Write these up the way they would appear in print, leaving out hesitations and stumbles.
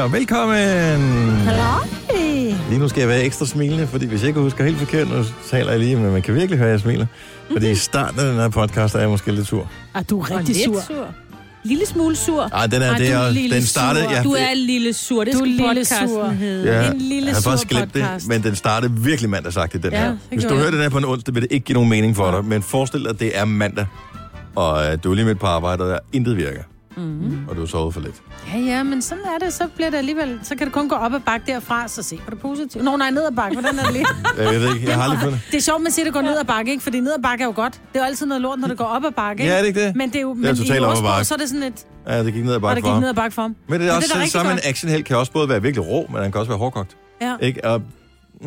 Og velkommen! Hallo! Lige nu skal jeg være ekstra smilende, fordi hvis jeg ikke husker helt forkert, nu taler jeg lige, men man kan virkelig høre, at jeg smiler. Fordi i starten af den her podcast er jeg måske lidt sur. Du er rigtig sur. Lille smule sur. Den startede... Ja, du er en lille sur. Det skal podcasten hedde. Ja, en lille sur podcast. Men den startede virkelig mandagsagtigt, den her. Hvis du hører den her på en onsdag, vil det ikke give nogen mening for dig. Men forestil dig, at det er mandag, og du er lige midt på arbejde, og intet virker. Mm-hmm. Og du har sovet for lidt. Ja, men sådan er det. Så bliver det alligevel... Så kan det kun gå op ad bakke derfra, så se på det positivt. Nej, ned ad bakke. Hvordan er det lige? Jeg ved ikke, jeg har aldrig fundet. Det er sjovt, man siger, at det går ned ad bakke, ikke? Fordi ned ad bakke er jo godt. Det er jo altid noget lort, når det går op ad bakke, ikke? Ja, er det ikke det? Men det er jo... Det er totalt op ad bakke. Så er det sådan et... Ja, det gik ned ad bakke for ham. Og det gik ned ad bakke for ham. Men det er også sådan, en actionheld kan også både være virkelig rå, men han kan også være hårdkogt. Ja. Ikke? Og... Ja.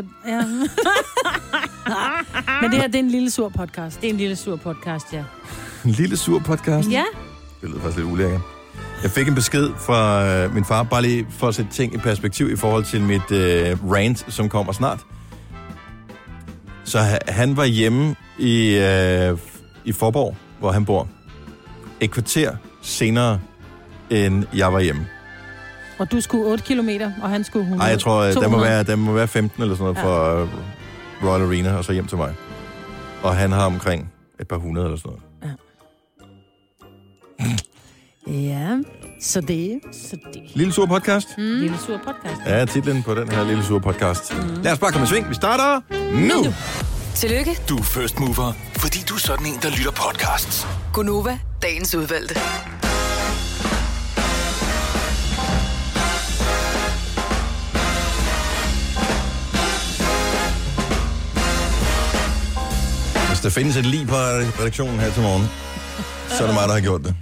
Men det her, det er en lille sur podcast. Det er en lille sur podcast, ja. En lille sur podcast? Ja. Det lyder faktisk lidt ulækkert. Jeg fik en besked fra min far, bare lige for at sætte ting i perspektiv i forhold til mit rant, som kommer snart. Så han var hjemme i Forborg, hvor han bor, et kvarter senere, end jeg var hjemme. Og du skulle 8 kilometer, og han skulle 100. Nej, jeg tror, der må være 15 eller sådan noget for Royal Arena, og så hjem til mig. Og han har omkring et par 100 eller sådan noget. Ja, så det. Lille sur podcast? Lille sur podcast. Ja, titlen på den her lille sur podcast. Lad os bare komme i sving. Vi starter nu. Tillykke. Du er first mover, fordi du er sådan en, der lytter podcasts. Gunova, dagens udvalgte. Hvis der findes et lig på redaktionen her til morgen, så er det mig, der har gjort det.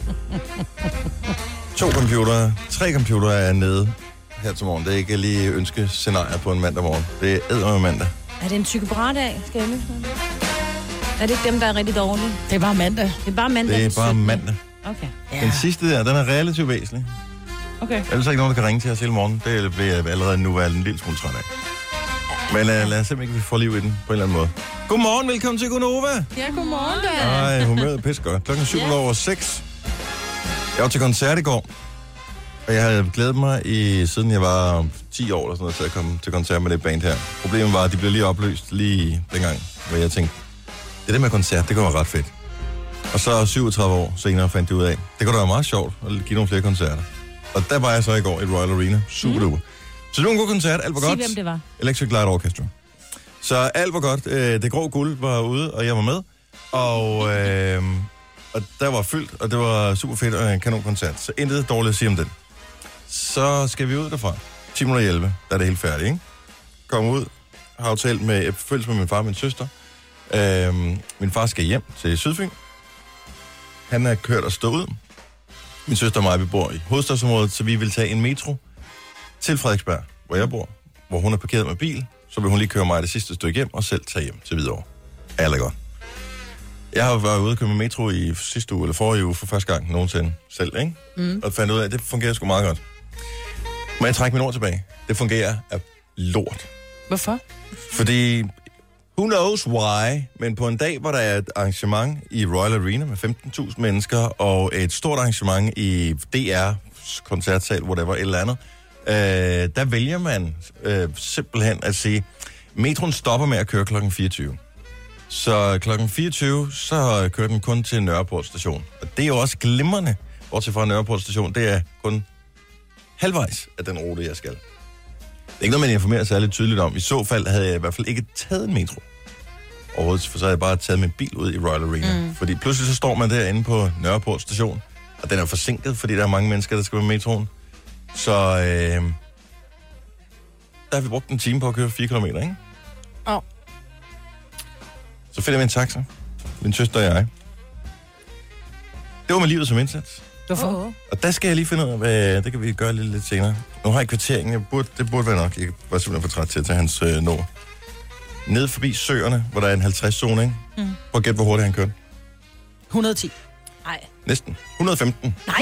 2 computere, 3 computere er nede her til morgen. Det er ikke lige ønskescenarier på en mandag morgen. Det er eddermame mandag. Er det en psykobra-dag? Skal jeg løse noget? Er det ikke dem, der er rigtig dårlige? Det er bare mandag. Det er bare mandag. Det er bare mandag. Okay. Ja. Den sidste der, den er relativt væsentlig. Okay. Ellers er ikke nogen, der kan ringe til os hele morgen. Det bliver jeg allerede nu en lille smule træt af. Men lad os simpelthen få liv i den på en eller anden måde. Godmorgen, velkommen til Gunova. Ja, godmorgen da. Ej, humøret er pisse godt. Klokken 7:07. Jeg var til koncert i går, og jeg havde glædet mig siden jeg var 10 år eller sådan noget, til at komme til koncert med det band her. Problemet var, at de blev lige opløst lige dengang, hvor jeg tænkte, det med koncert, det kunne være ret fedt. Og så 37 år senere fandt jeg ud af, det kunne da være meget sjovt at give nogle flere koncerter. Og der var jeg så i går i Royal Arena. Super duper. Så det var en god koncert, alt var godt. Sig, hvem det var. Electric Light Orchestra. Så alt var godt. Det grå guld var ude, og jeg var med. Og der var fyldt, og det var super fedt og en kanon koncert. Så intet dårligt at sige om den. Så skal vi ud derfra. 10:11, der er det helt færdigt, ikke? Kommer ud, har aftalt med, følges med min far og min søster. Min far skal hjem til Sydfyn. Han er kørt og stået ud. Min søster og mig, vi bor i hovedstadsområdet, så vi vil tage en metro til Frederiksberg, hvor jeg bor, hvor hun er parkeret med bil. Så vil hun lige køre mig det sidste stykke hjem, og selv tage hjem til Hvidovre. Alt godt. Jeg har været ude og køre med metro i sidste uge, eller forrige uge, for første gang nogensinde selv, ikke? Og fandt ud af, at det fungerer sgu meget godt. Må jeg trække mine ord tilbage? Det fungerer af lort. Hvorfor? Fordi, who knows why, men på en dag, hvor der er et arrangement i Royal Arena med 15.000 mennesker, og et stort arrangement i DR's koncertsal, whatever, et eller andet, der vælger man simpelthen at sige, metroen stopper med at køre klokken 24. Så klokken 24, så kører den kun til Nørreport station. Og det er jo også glimrende, bortset fra Nørreport station. Det er kun halvvejs af den rute, jeg skal. Det er ikke noget, man informerer særligt tydeligt om. I så fald havde jeg i hvert fald ikke taget en metro overhovedet, for så havde jeg bare taget min bil ud i Royal Arena. Fordi pludselig så står man derinde på Nørreport station, og den er forsinket, fordi der er mange mennesker, der skal med metroen. Så der har vi brugt en time på at køre 4 kilometer, ikke? Oh. Så finder vi en taxa. Min søster og jeg. Det var med livet som indsats. Hvorfor? Og der skal jeg lige finde ud af, hvad det kan vi gøre lidt senere. Nu har jeg kvarteringen. Det burde være nok. Jeg var simpelthen for træt til at tage hans nummer. Ned forbi Søerne, hvor der er en 50-zone, ikke? Prøv at gætte, hvor hurtigt han kørte. 110. Nej. Næsten. 115. Nej.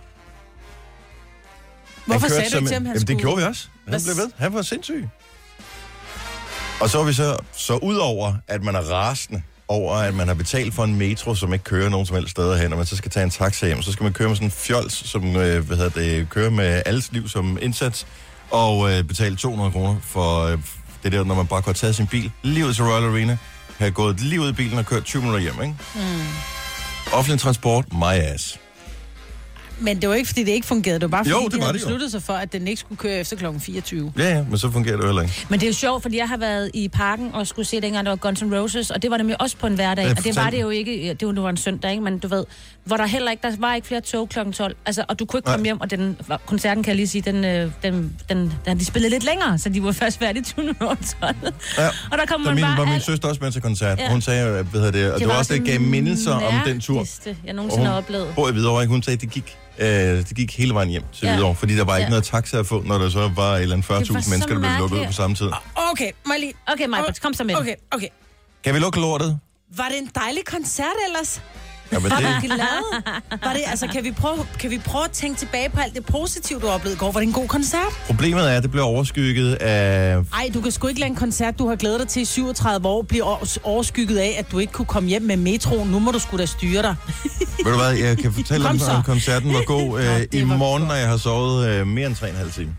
Hvorfor sagde du ikke til ham, han Jamen, skulle... det gjorde vi også. Han blev ved. Han var sindssyg. Og så var vi så ud over, at man er rasende over, at man har betalt for en metro, som ikke kører nogen som helst steder hen, og man så skal tage en taxa hjem. Så skal man køre med sådan en fjols, som kører med alles liv som indsats, og betale 200 kroner for det der, når man bare kan tage sin bil lige ud til Royal Arena, have gået lige ud i bilen og kørt 20 minutter hjem, ikke? Offentlig transport, my ass. Men det var ikke, fordi det ikke fungerede. Det var bare, fordi de havde besluttet sig for, at den ikke skulle køre efter kl. 24. Ja, men så fungerer det heller ikke. Men det er jo sjovt, fordi jeg har været i parken og skulle se dengang, der var Guns N' Roses, og det var nemlig også på en hverdag, og det var det jo ikke, det var en søndag, ikke? Men du ved, hvor der heller ikke, der var ikke flere tog kl. 12, altså, og du kunne ikke komme hjem, og koncerten, kan jeg lige sige, de spillede lidt længere, så de var først færdige 20 over 12. Ja. Og der kom man var min søster også med til koncert. Ja. Hun sagde, og det var også det gav mindelser om den tur. Jeg nogensinde har oplevet. Bor i Hvidovre, hun sagde, det gik hele vejen hjem til Hvidovre, fordi der var ikke noget taxa at få, når der så var et eller andet 40.000 mennesker, der blev lukket ud på samme tid. Okay, Miley. Okay, Majbert, kom så med. Okay. Kan vi lukke lortet? Var det en dejlig koncert ellers? Ja, men var du glad? Var det, altså, kan vi prøve at tænke tilbage på alt det positive, du oplevede i går? Var det en god koncert? Problemet er, at det blev overskygget af... Ej, du kan sgu ikke lade en koncert, du har glædet dig til i 37 år, blive overskygget af, at du ikke kunne komme hjem med metroen. Nu må du sgu da styre dig. Ved du hvad, jeg kan fortælle om koncerten var god i morgen, når jeg har sovet mere end 3,5 timer.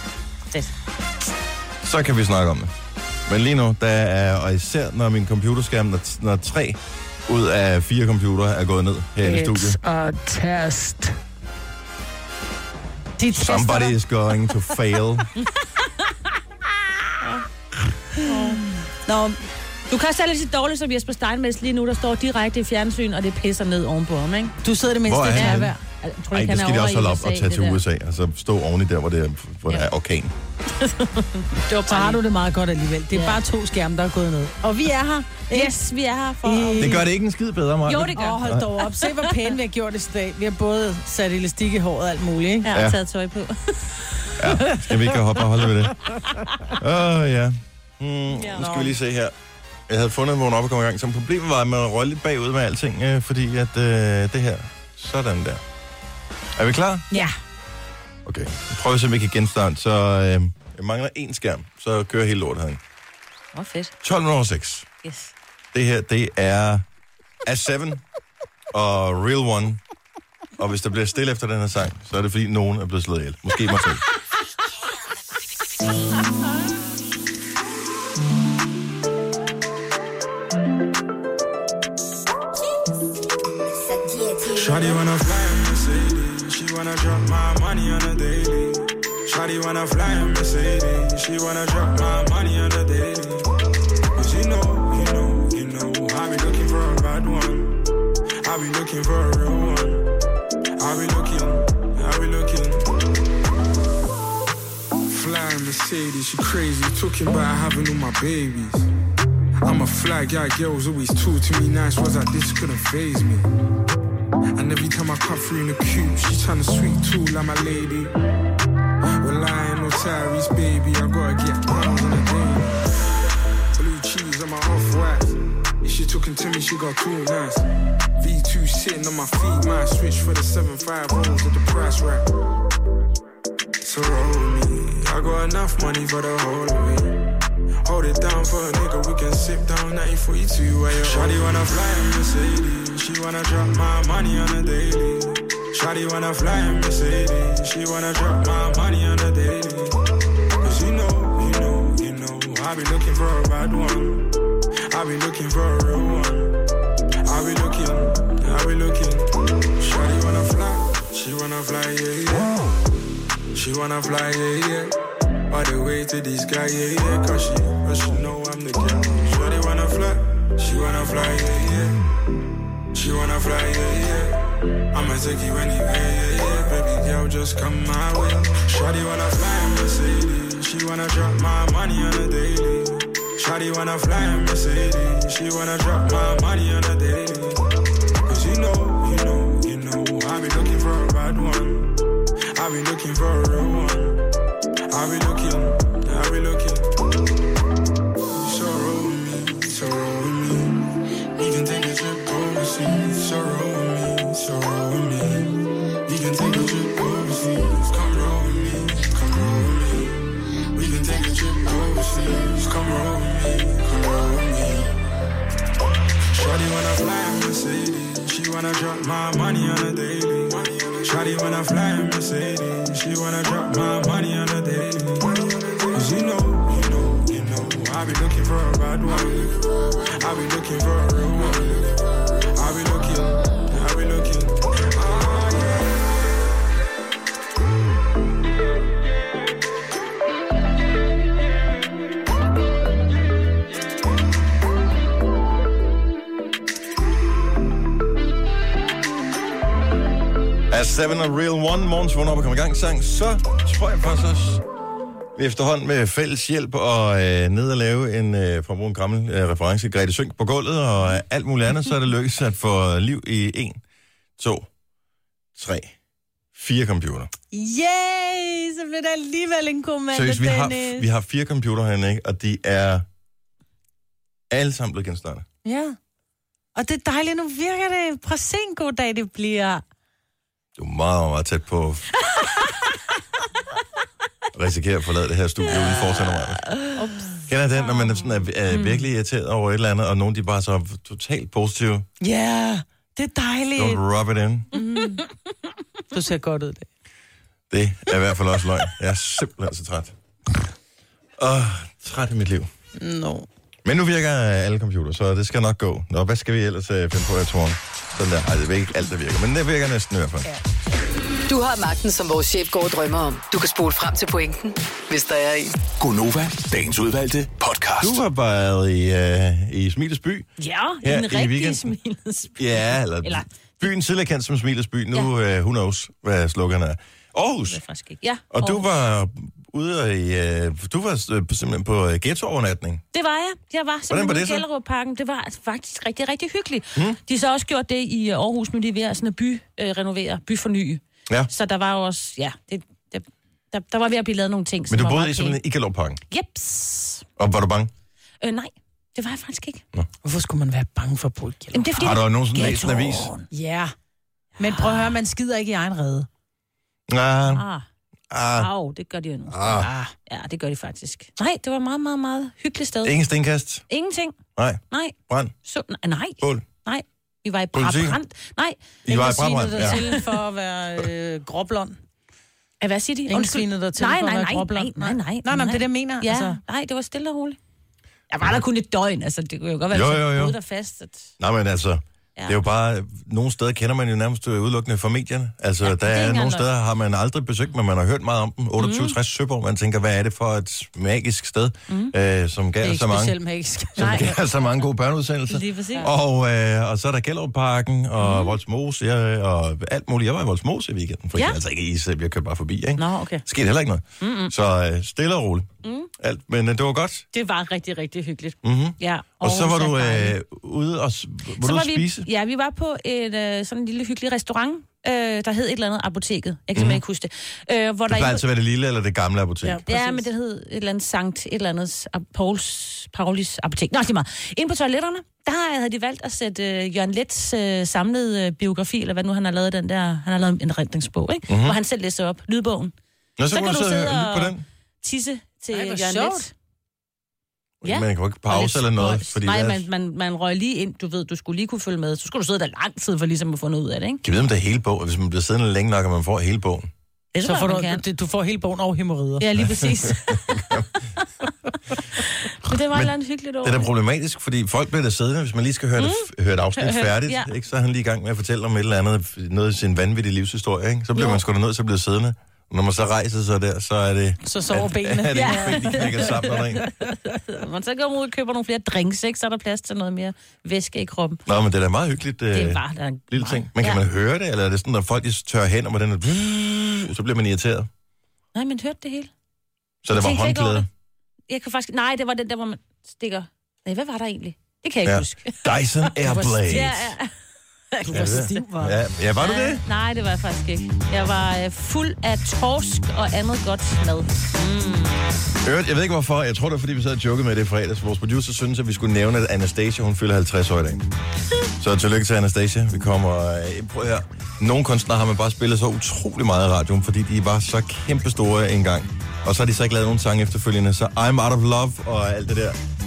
Så kan vi snakke om det. Men lige nu, der er, og især når min computerskærm, når 3 ud af 4 computere er gået ned her i studiet. Og test. Somebody is going to fail. Nå, du kan også lidt lidt dårligt som Jesper Steinmetz lige nu, der står direkte i fjernsyn, og det pisser ned ovenpå ham, ikke? Du sidder det mindste i nærvær. Nej, det skal de også holde op og tage til USA, og så stå oven i der, hvor der er orkan. Så har du det meget godt alligevel. Det er bare 2 skærme, der er gået ned. Og vi er her. Yes, vi er her for... Det gør det ikke en skid bedre, Maja. Jo, det gør. Hold dog op. Se, hvor pæne vi har gjort det i dag. Vi har både sat elastik i håret og alt muligt, ikke? Ja, og taget tøj på. Ja, skal vi ikke hoppe og holde ved det? Ja. Nu skal vi lige se her. Jeg havde fundet en vågen op og komme i gang. Så problemet var, at man røg lidt bagud med alting, fordi at det her... Sådan der. Er vi klar? Ja. Okay. Prøv at se, om vi kan genstarte. Så jeg mangler 1 skærm, så kører hele lortet herinde. Fedt. 12:06. Yes. Det her, det er A7 og Real One. Og hvis der bliver stille efter den her sang, så er det fordi, nogen er blevet slået ihjel. Måske mig selv. Shawty wanna fly in Mercedes, she wanna drop my money on a daily. Shawty wanna fly in Mercedes, she wanna drop my money on a daily. Cause you know, I be looking for a bad one. I be looking for a real one. I be looking. Fly in Mercedes, she crazy, talking about having all my babies. I'm a fly guy, girls always talk to me nice, was like this couldn't faze me. And every time I come through in the coupe, she tryna sweet too like my lady. Well, I ain't no Tyrese, baby, I gotta get pounds in a day. Blue cheese on my off-white. If she talking to me, she got too nice. V2 sitting on my feet, might switch for the 7.5 rolls at the price right. So roll with me, I got enough money for the whole of it. Hold it down for a nigga, we can sip down 1942 where you're Shawty wanna fly in Mercedes, she wanna drop my money on a daily. Shawty wanna fly in Mercedes, she wanna drop my money on a daily. Cause you know, I be looking for a bad one. I be looking for a real one. I be looking. Shawty wanna fly, yeah. She wanna fly, yeah. All the way to this guy, yeah. Cause she know I'm the king. Shawty wanna fly, yeah. She wanna fly, yeah. I'ma take you anywhere, yeah. Baby girl, just come my way. Shawty wanna fly in Mercedes, she wanna drop my money on a daily. Shawty wanna fly in Mercedes, she wanna drop my money on a daily. Cause you know, I be looking for a bad one. I be looking for a real one. I be looking. So roll with me. We can take a trip overseas. So roll with me. We can take a trip overseas. Come roll with me. We can take a trip overseas. Come roll with me. Mercedes. She wanna drop my money on a daily. Shawty wanna fly in Mercedes. She wanna drop my money on a daily. Cause you know, I be looking for a bad one. I be looking for a real one. I be looking. As 7 og Real One, morgens vågner op og kommer i gang sang, så tror jeg faktisk også, vi efterhånden med fælles hjælp og ned og lave for at bruge en gammel reference, Grete Synk på gulvet og alt muligt andet, så er det lykkedes at få liv i 1, 2, 3, 4 computer. Yay! Så bliver der alligevel en god mand, Dennis. Vi har 4 computer herinde, ikke? Og de er alle sammen blevet genstartet. Ja. Og det er dejligt, nu virker det. Prøv at se en god dag, det bliver. Du er meget, meget tæt på risikerer at forlade det her studie uden fortsætter. Kender den, når man sådan er virkelig irriteret over et eller andet, og nogen de bare så totalt positive? Ja, det er dejligt. Don't rub it in. Du ser godt ud, det. Det er i hvert fald også løgn. Jeg er simpelthen så træt. Træt i mit liv. No. Men nu virker alle computer, så det skal nok gå. Nå, hvad skal vi ellers finde på, jeg tror? Sådan der. Ej, det er ikke alt, der virker, men det virker næsten i hvert fald. Ja. Du har magten, som vores chef går og drømmer om. Du kan spole frem til pointen, hvis der er en. Gonova, dagens udvalgte podcast. Du har været i Smilets by. Ja, en rigtig Smilets by. Ja, eller byen tidligere kendt som Smilets by. Nu, who knows, hvad slukkerne er. Aarhus. Det er faktisk ikke. Ja, og Aarhus. Du var ude i... du var simpelthen på ghetto-overnatning. Det var jeg. Jeg var simpelthen i Gellerupparken. Det var faktisk rigtig, rigtig hyggeligt. De har så også gjort det i Aarhus. Nu er de ved at sådan renovere, byforny. Ja. Så der var jo også... Ja, der var ved at blive lavet nogle ting. Men du boede simpelthen i Gellerupparken? Jeps. Og var du bange? Nej. Det var jeg faktisk ikke. Nå. Hvorfor skulle man være bange for at bo i Gellerupparken? Har du nogensinde læst en avis? Ja. Men prøv at høre, man skider ikke i egen rede. Det gør de jo nu. Ja, det gør de faktisk. Nej, det var et meget, meget, meget hyggeligt sted. Ingen stenkast? Ingenting. Nej. Brand? Nej. Bål? Nej. Vi var i brand. Nej. I var i brand, ja. Til for at være gråblond. Hvad siger de? Ingen svinede dig til for at være gråblond. Nej, det er det, jeg mener. Ja, altså. Nej, det var stille og roligt. Jeg var der kun et døgn, altså det kunne jo godt være, at jeg boede der fast. Nej, men altså... Ja. Det er jo bare, nogle steder kender man jo nærmest udelukkende fra medierne. Altså, ja, der er nogle steder, har man aldrig besøgt, men man har hørt meget om dem. 28-60 Søborg, man tænker, hvad er det for et magisk sted, som gav så mange gode børneudsendelser. Lige præcis. Og så er der Gellerupparken og Vollsmose og alt muligt. Jeg var i Vollsmose i weekenden, for altså ikke i jeg kørte bare forbi, ikke? Nå, okay. Skete heller ikke noget. Så stille og roligt. Alt, men det var godt. Det var rigtig, rigtig hyggeligt. Ja. Og så var du ude og spise? Ja, vi var på sådan en lille hyggelig restaurant, der hed et eller andet apoteket. Jeg kan simpelthen ikke huske det. Hvor det plejer altid være det lille eller det gamle apotek? Ja, men det hed et eller andet Sankt, et eller andet Paulis apotek. Nå, det er meget. Inde på toiletterne, der havde de valgt at sætte Jørgen Leths samlede biografi, eller hvad nu han har lavet den der, han har lavet en erindringsbog, ikke? Hvor han selv læser op, lydbogen. Nå, så kan du sidde og tisse til Jørgen Leth. Ja. Man kan jo ikke pause eller noget. Fordi man røg lige ind, du skulle lige kunne følge med. Så skulle du sidde der lang tid for ligesom at få noget ud af det, ikke? Kan vi vide, om det er hele bogen? Hvis man bliver siddende længe nok, og man får hele bogen. Så får du får hele bogen og hæmorrider. Ja, lige præcis. Men det var et hyggeligt år. Det er da problematisk, fordi folk bliver der siddende, hvis man lige skal høre et afsnit færdigt. Ikke? Så er han lige i gang med at fortælle om et eller andet, noget i sin vanvittige livshistorie. Ikke? Så bliver man sgu da nødt til at blive siddende. Når man så rejser sig der, så er det... Så sover benene. Er det ikke ben, de knækker sammen under en? Man så går ud og køber nogle flere drinks, ikke? Så er der plads til noget mere væske i kroppen. Nå, men det er da meget hyggeligt. Det var da lille ting. Men kan man høre det, eller er det sådan, når folk tørrer hen, og den så bliver man irriteret? Nej, man hørte det hele. Så det var håndklæde? Jeg kan faktisk... Nej, det var den der, hvor man stikker... Nej, hvad var der egentlig? Det kan jeg ikke huske. Dyson Airblade. Ja. Du var stiv, var. Ja, var du det? Nej, det var jeg faktisk ikke. Jeg var fuld af torsk og andet godt mad. Jeg ved ikke hvorfor. Jeg tror det er, fordi vi sad og jokede med det i fredags. Vores producer synes, at vi skulle nævne, at Anastasia, hun fylder 50 år i dag. Så tillykke til Anastasia. Vi kommer... Prøv her. Nogle kunstnere har man bare spillet så utrolig meget i radioen, fordi de var så kæmpe store engang. Og så har de så ikke lavet nogen sang efterfølgende. Så I'm Out of Love og alt det der.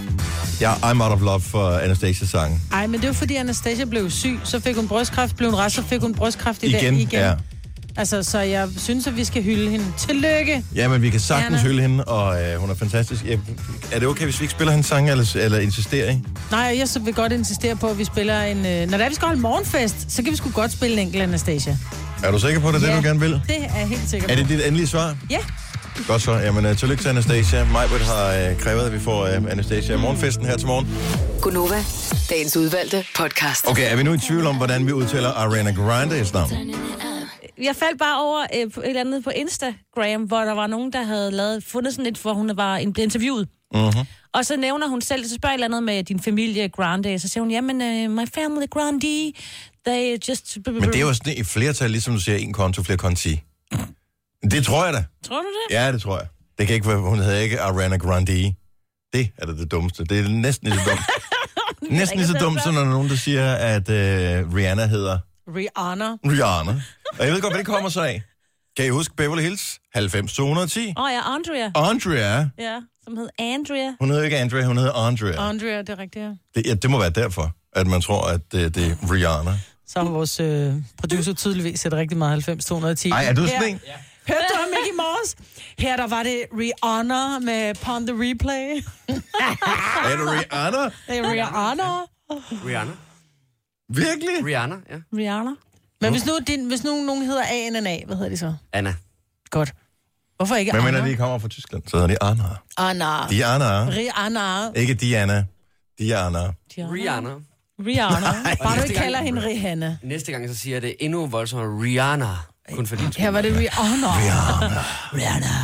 Ja, I'm out of love for Anastasias sang. Ej, men det var fordi Anastasia blev syg, så fik hun brystkræft, blev hun rask, så fik hun brystkræft igen. Ja. Altså, så jeg synes, at vi skal hylde hende. Tillykke! Ja, men vi kan sagtens Anna. hylde hende, og hun er fantastisk. Ja, er det okay, hvis vi ikke spiller hendes sang, eller insisterer I? Nej, jeg så vil godt insistere på, at vi spiller en... Når der vi skal holde morgenfest, så kan vi sgu godt spille en enkelt Anastasia. Er du sikker på, at det er det, du gerne vil? Det er jeg helt sikker på. Er det dit endelige svar? Ja. Godt så. Jamen, tillykke til Anastasia. Majbert har krævet, at vi får Anastasia i morgenfesten her til morgen. Gunova, dagens udvalgte podcast. Okay, er vi nu i tvivl om, hvordan vi udtaler Ariana Grandes navn? Jeg faldt bare over et eller andet på Instagram, hvor der var nogen, der havde fundet sådan lidt, hvor hun var blevet interviewet. Mm-hmm. Og så nævner hun selv, så spørger et eller andet med din familie Grande, så siger hun, jamen, my family Grande, they just... Men det er jo sådan i flertal, ligesom du siger, en konto, flere konti. Det tror jeg da. Tror du det? Ja, det tror jeg. Det kan ikke være, hun hedder ikke Ariana Grande. Det er det dummeste. Det er næsten lige så dumt. Næsten lige så dumt, som når der er nogen, der siger, at Rihanna hedder... Rihanna. Og jeg ved godt, hvad det kommer så af. Kan I huske Beverly Hills? 90-210? Ja, Andrea. Andrea. Ja, som hed Andrea. Hun hedder ikke Andrea, hun hedder Andrea. Andrea, det er rigtigt, ja. Det må være derfor, at man tror, at det er Rihanna. Så har vores producer tydeligvis set rigtig meget 90-210. Ej, er du sådan en? Hørte du ham ikke i morges? Her der var det Rihanna med Pon the Replay. Er det Rihanna? Det er Rihanna. Virkelig? Rihanna, ja. Rihanna. Men hvis nu nogen hedder A, hvad hedder de så? Anna. Godt. Hvorfor ikke Anna? Anna? Men når de kommer fra Tyskland, så hedder de Anna. Anna. Diana. Rihanna. Ikke Diana. Diana. Rihanna. Bare du ikke kalder hende Rihanna. Næste gang så siger jeg det endnu voldsommere Rihanna. Kun fordi Her var det Rihanna. Rihanna.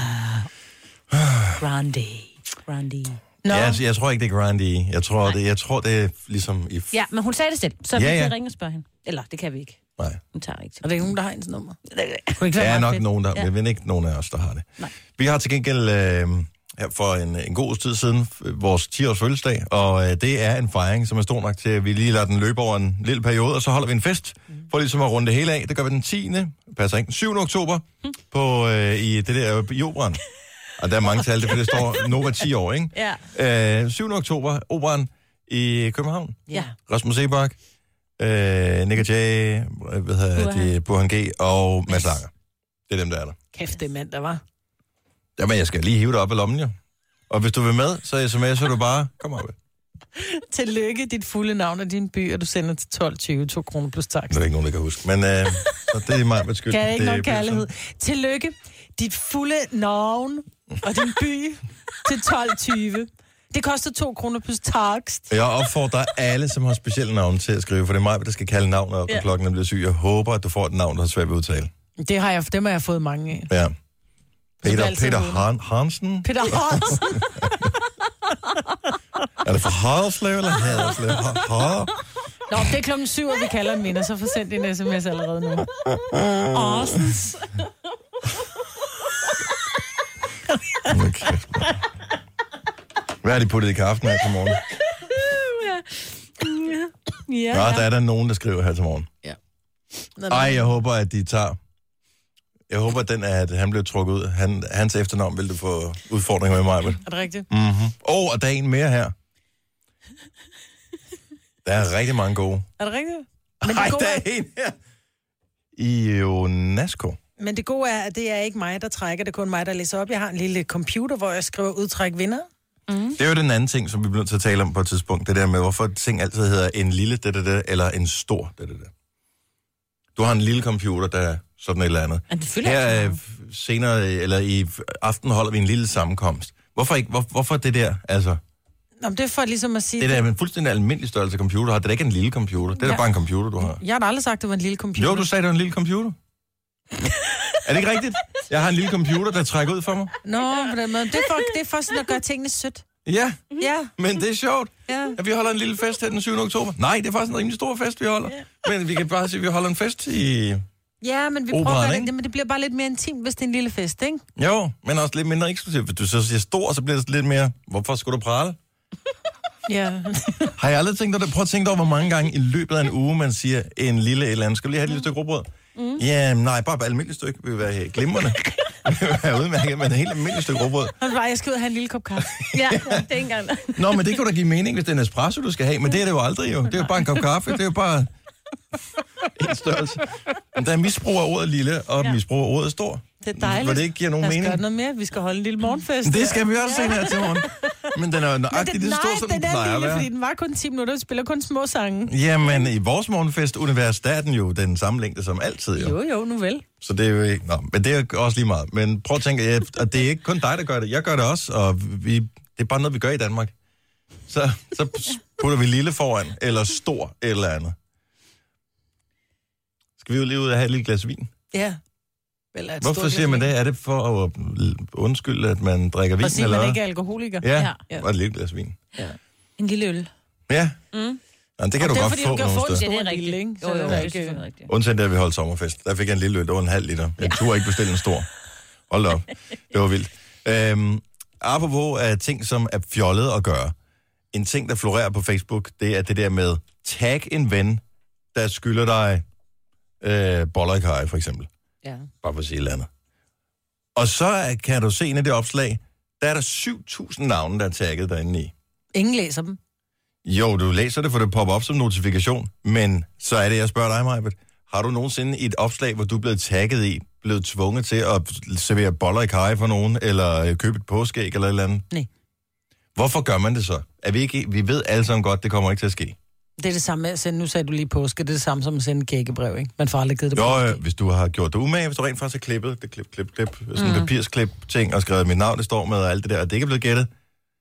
Grande. Nå. Ja, jeg tror ikke, det er Grande. Jeg tror, det er ligesom i... Ja, men hun sagde det selv, så vi kan ringe og spørge hende. Eller, det kan vi ikke. Nej. Hun tager ikke til. Og det er ikke nogen, der har hendes nummer. Der er nok nogen, der... Jeg ved ikke nogen af os, der har det. Nej. Vi har til gengæld her for en god tid siden vores 10-års fødselsdag, og det er en fejring, som er stor nok til, at vi lige lader den løbe over en lille periode, og så holder vi en fest, for ligesom at runde det hele af. Det gør vi den 10. Passer ikke. 7. oktober på, i det der i Operan. Og der er mange tal, for det står Nova 10 år, ikke? Ja. 7. oktober, Operan i København. Ja. Rasmus Sebak, Nick Jay, Burhan G og Mads Langer. Det er dem, der er der. Kæft, det mand, der var. Jamen, jeg skal lige hive dig op i lommen, jo. Og hvis du vil med, så sms'er du bare, kom op. Tillykke, dit fulde navn og din by, og du sender til 12,20, 2 kroner plus takst. Det er ikke nogen, der kan huske. Men så det er mig med skyld. Kan jeg ikke nok kærlighed. Tillykke, dit fulde navn og din by til 12,20. Det koster 2 kroner plus takst. Jeg opfordrer alle, som har specielle navne til at skrive, for det er mig, der skal kalde navnet op, når klokken bliver syg. Jeg håber, at du får et navn, der har svært ved at udtale. Dem har jeg fået mange af. Ja. Peter Hansen. Peter Hansen. Er det for Haderslev eller Haderslev? Nå, det er klokken 7, og vi kalder en vinder, så får sendt en sms allerede nu. Arsens. Okay. Hvad har de puttet i kaffen her til morgen? Ja. Nå, der er der nogen, der skriver her til morgen. Ja. Ej, jeg håber, at de tager... Jeg håber, at han blev trukket ud. Hans efternavn ville du få udfordringer med mig. Er det rigtigt? Mm-hmm. Og der er en mere her. Der er rigtig mange gode. Er det rigtigt? Nej, der er en her. Ionasco. Men det gode er, at det er ikke mig, der trækker. Det er kun mig, der læser op. Jeg har en lille computer, hvor jeg skriver udtræk vinder. Mm. Det er jo den anden ting, som vi bliver nødt til at tale om på et tidspunkt. Det der med, hvorfor ting altid hedder en lille det, eller en stor det. Du har en lille computer, der er sådan et eller andet. Her senere, eller i aften, holder vi en lille sammenkomst. Hvorfor ikke? Hvorfor det der, altså? Nå, det er for ligesom at sige... Det der er en fuldstændig almindelig størrelse computer har. Det er ikke en lille computer. Det er bare en computer, du har. Jeg har da aldrig sagt, at det var en lille computer. Jo, du sagde, det var en lille computer. Er det ikke rigtigt? Jeg har en lille computer, der trækker ud for mig. Nå, på den måde. Det er for sådan at gøre tingene sødt. Ja, ja, men det er sjovt, at vi holder en lille fest her den 7. oktober. Nej, det er faktisk en rimelig stor fest, vi holder. Men vi kan bare sige, at vi holder en fest i... Ja, men vi prøver at det, men det bliver bare lidt mere intimt, hvis det er en lille fest, ikke? Jo, men også lidt mindre eksklusivt. Hvis du så siger stor, så bliver det lidt mere... Hvorfor skulle du prale? Ja. Har jeg aldrig tænkt over det? Prøv at tænke over, hvor mange gange i løbet af en uge, man siger en lille eller andet. Skal vi lige have et lille stykke råbrød? Ja, nej, bare et almindeligt stykke vil være glimrende. er udmærket, men et helt almindeligt stykke råbrød. Jeg skal ud og have en lille kop kaffe. Ja, det er ikke engang. Nå, men det kan da give mening, hvis det er en espresso, du skal have. Men det er det jo aldrig, jo. Det er jo bare en kop kaffe. Det er jo bare en størrelse. Men der er misbrug af ordet lille, og misbrug af ordet stor. Det er dejligt. Hvor det ikke giver nogen mening. Der skal noget mere. Vi skal holde en lille morgenfest. Det skal vi også se her til morgen. Men den er nøjagtigt det stor, som den plejer at være. Nej, fordi den var kun 10 minutter. Vi spiller kun små sange. Jamen, i vores morgenfest-univers, der er den jo den samme længde som altid, jo. Jo, nu vel. Så det er jo ikke... Nå, men det er også lige meget. Men prøv at tænke, at det er ikke kun dig, der gør det. Jeg gør det også, og det er bare noget, vi gør i Danmark. Så putter vi lille foran, eller stor, eller andet. Skal vi jo lige ud og have et lille glas vin? Ja. Hvorfor siger man det? Er det for at undskylde, at man drikker vin? For at sige, at man ikke er alkoholiker. Ja. Og et lille glas vin. Ja. En lille øl. Ja. Ja, det kan du godt få nogle steder. Det er rigtigt, ikke? Jo, det er rigtigt. Undtagen da vi holdt sommerfest. Der fik jeg en lille øl, det var en halv liter. Jeg turde ikke bestille en stor. Hold da op. Det var vildt. Apropos af ting, som er fjollet at gøre. En ting, der florerer på Facebook, det er det der med tag en ven, der skylder dig boller i kaj, for eksempel. Ja. Bare for at sige et eller andet. Og så kan du se ind i det opslag, der er der 7.000 navne, der er tagget derinde i. Ingen læser dem. Jo, du læser det, for det popper op som notifikation. Men så er det, jeg spørger dig, Majbert. Har du nogensinde i et opslag, hvor du er blevet tagget i, blevet tvunget til at servere boller i kaj for nogen, eller købe et påskeæg eller et eller andet? Nej. Hvorfor gør man det så? Vi ved alle sammen godt, det kommer ikke til at ske. Det er det samme med at sende, nu sagde du lige påske, det er det samme som at sende kækkebrev, ikke? Man får aldrig givet det Jo, hvis du har gjort det umage, hvis du rent faktisk har klippet, det klip, sådan en papirsklip ting, og skrevet mit navn, det står med, og alt det der, og det ikke er blevet gættet,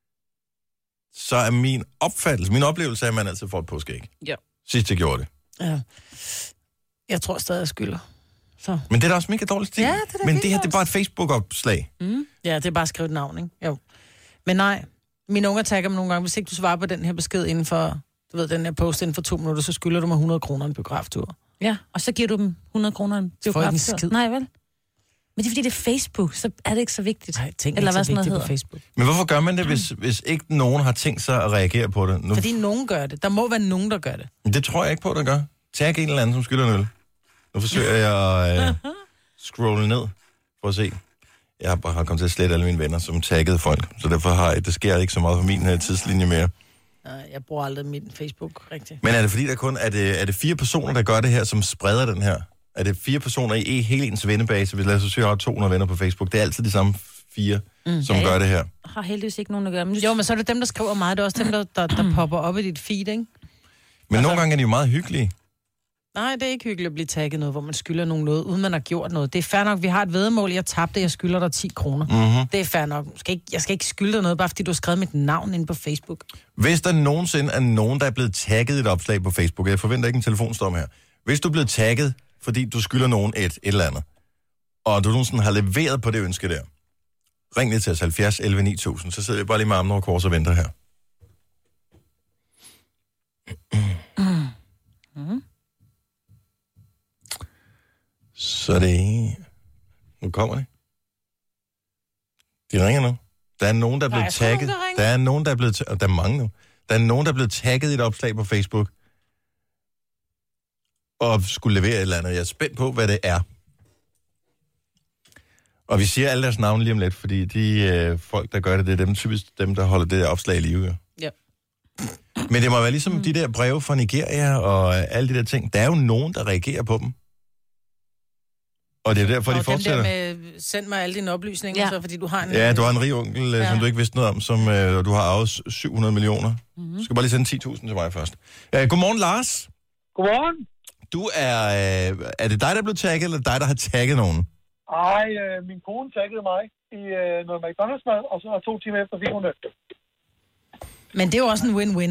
så er min oplevelse, at man altid får et påskeæg. Ja. Sidst jeg gjorde det. Ja. Jeg tror stadig, jeg skylder. Så. Men det er da også mega dårligt ting. Ja, det er da men vildt det her, det er bare et Facebook-opslag. Ja, det er bare at skrive et navn, ikke? Jo. Men nej, mine unger tagger mig nogle gange, hvis ikke du svarer på den her besked inden for, du ved, den her post inden for 2 minutter, så skylder du mig 100 kroner en biograftur. Ja, og så giver du dem 100 kroner en biograftur. Nej, vel? Men det er fordi, det er Facebook, så er det ikke så vigtigt. Nej, ting eller ikke hvad så vigtigt noget på Facebook. Men hvorfor gør man det, hvis ikke nogen har tænkt sig at reagere på det? Nu... Fordi nogen gør det. Der må være nogen, der gør det. Det tror jeg ikke på, der gør. Tag en eller anden, som skylder en øl. Nu forsøger jeg at scrolle ned for at se. Jeg har kommet til at slette alle mine venner, som taggede folk. Så derfor det sker ikke så meget på min tidslinje mere. Jeg bruger aldrig min Facebook rigtigt. Men er det fordi, der kun er det 4 personer, der gør det her, som spreder den her? Er det 4 personer i hele ens vennebase? Hvis lad os sige, jeg har 200 venner på Facebook. Det er altid de samme 4, som gør det her. Har heldigvis ikke nogen at gøre. Men Jo, men så er det dem, der skriver meget. Det er også dem, der popper op i dit feed, ikke? Men nogle gange er de jo meget hyggelige. Nej, det er ikke hyggeligt at blive tagget noget, hvor man skylder nogen noget, uden man har gjort noget. Det er fair nok, vi har et væddemål, jeg tabte, jeg skylder dig 10 kroner. Mm-hmm. Det er fair nok. Jeg skal ikke skylde dig noget, bare fordi du har skrevet mit navn inde på Facebook. Hvis der nogensinde er nogen, der er blevet tagget i et opslag på Facebook, jeg forventer ikke en telefonstorm her. Hvis du er blevet tagget, fordi du skylder nogen et eller andet, og du nogensinde har leveret på det ønske der, ring lige til os 70 11 9000, så sidder vi bare lige med armen over kors og venter her. Så det nu kommer det. De ringer nu. Der er nogen, der er blevet tagget. Der er nogen, der er blevet der er mange nu. Der er nogen, der er blevet tagget i et opslag på Facebook og skulle levere et eller andet. Jeg er spændt på, hvad det er. Og vi siger alle deres navne lige om lidt, fordi de folk, der gør det, det er typisk dem, der holder det der opslag i live. Ja. Men det må være ligesom de der breve fra Nigeria og alle de der ting. Der er jo nogen, der reagerer på dem. Og det er derfor, de fortsætter. Og den der med, send mig alle dine oplysninger, så, fordi du har en... Ja, du har en rig onkel, som du ikke vidste noget om, som du har arvet 700 millioner. Du skal bare lige sende 10.000 til mig først. Godmorgen, Lars. Godmorgen. Du er det dig, der er blevet tagget, eller dig, der har tagget nogen? Nej, min kone taggede mig i noget McDonald's-mad, og så 2 timer efter fik hun det. Men det er jo også en win-win.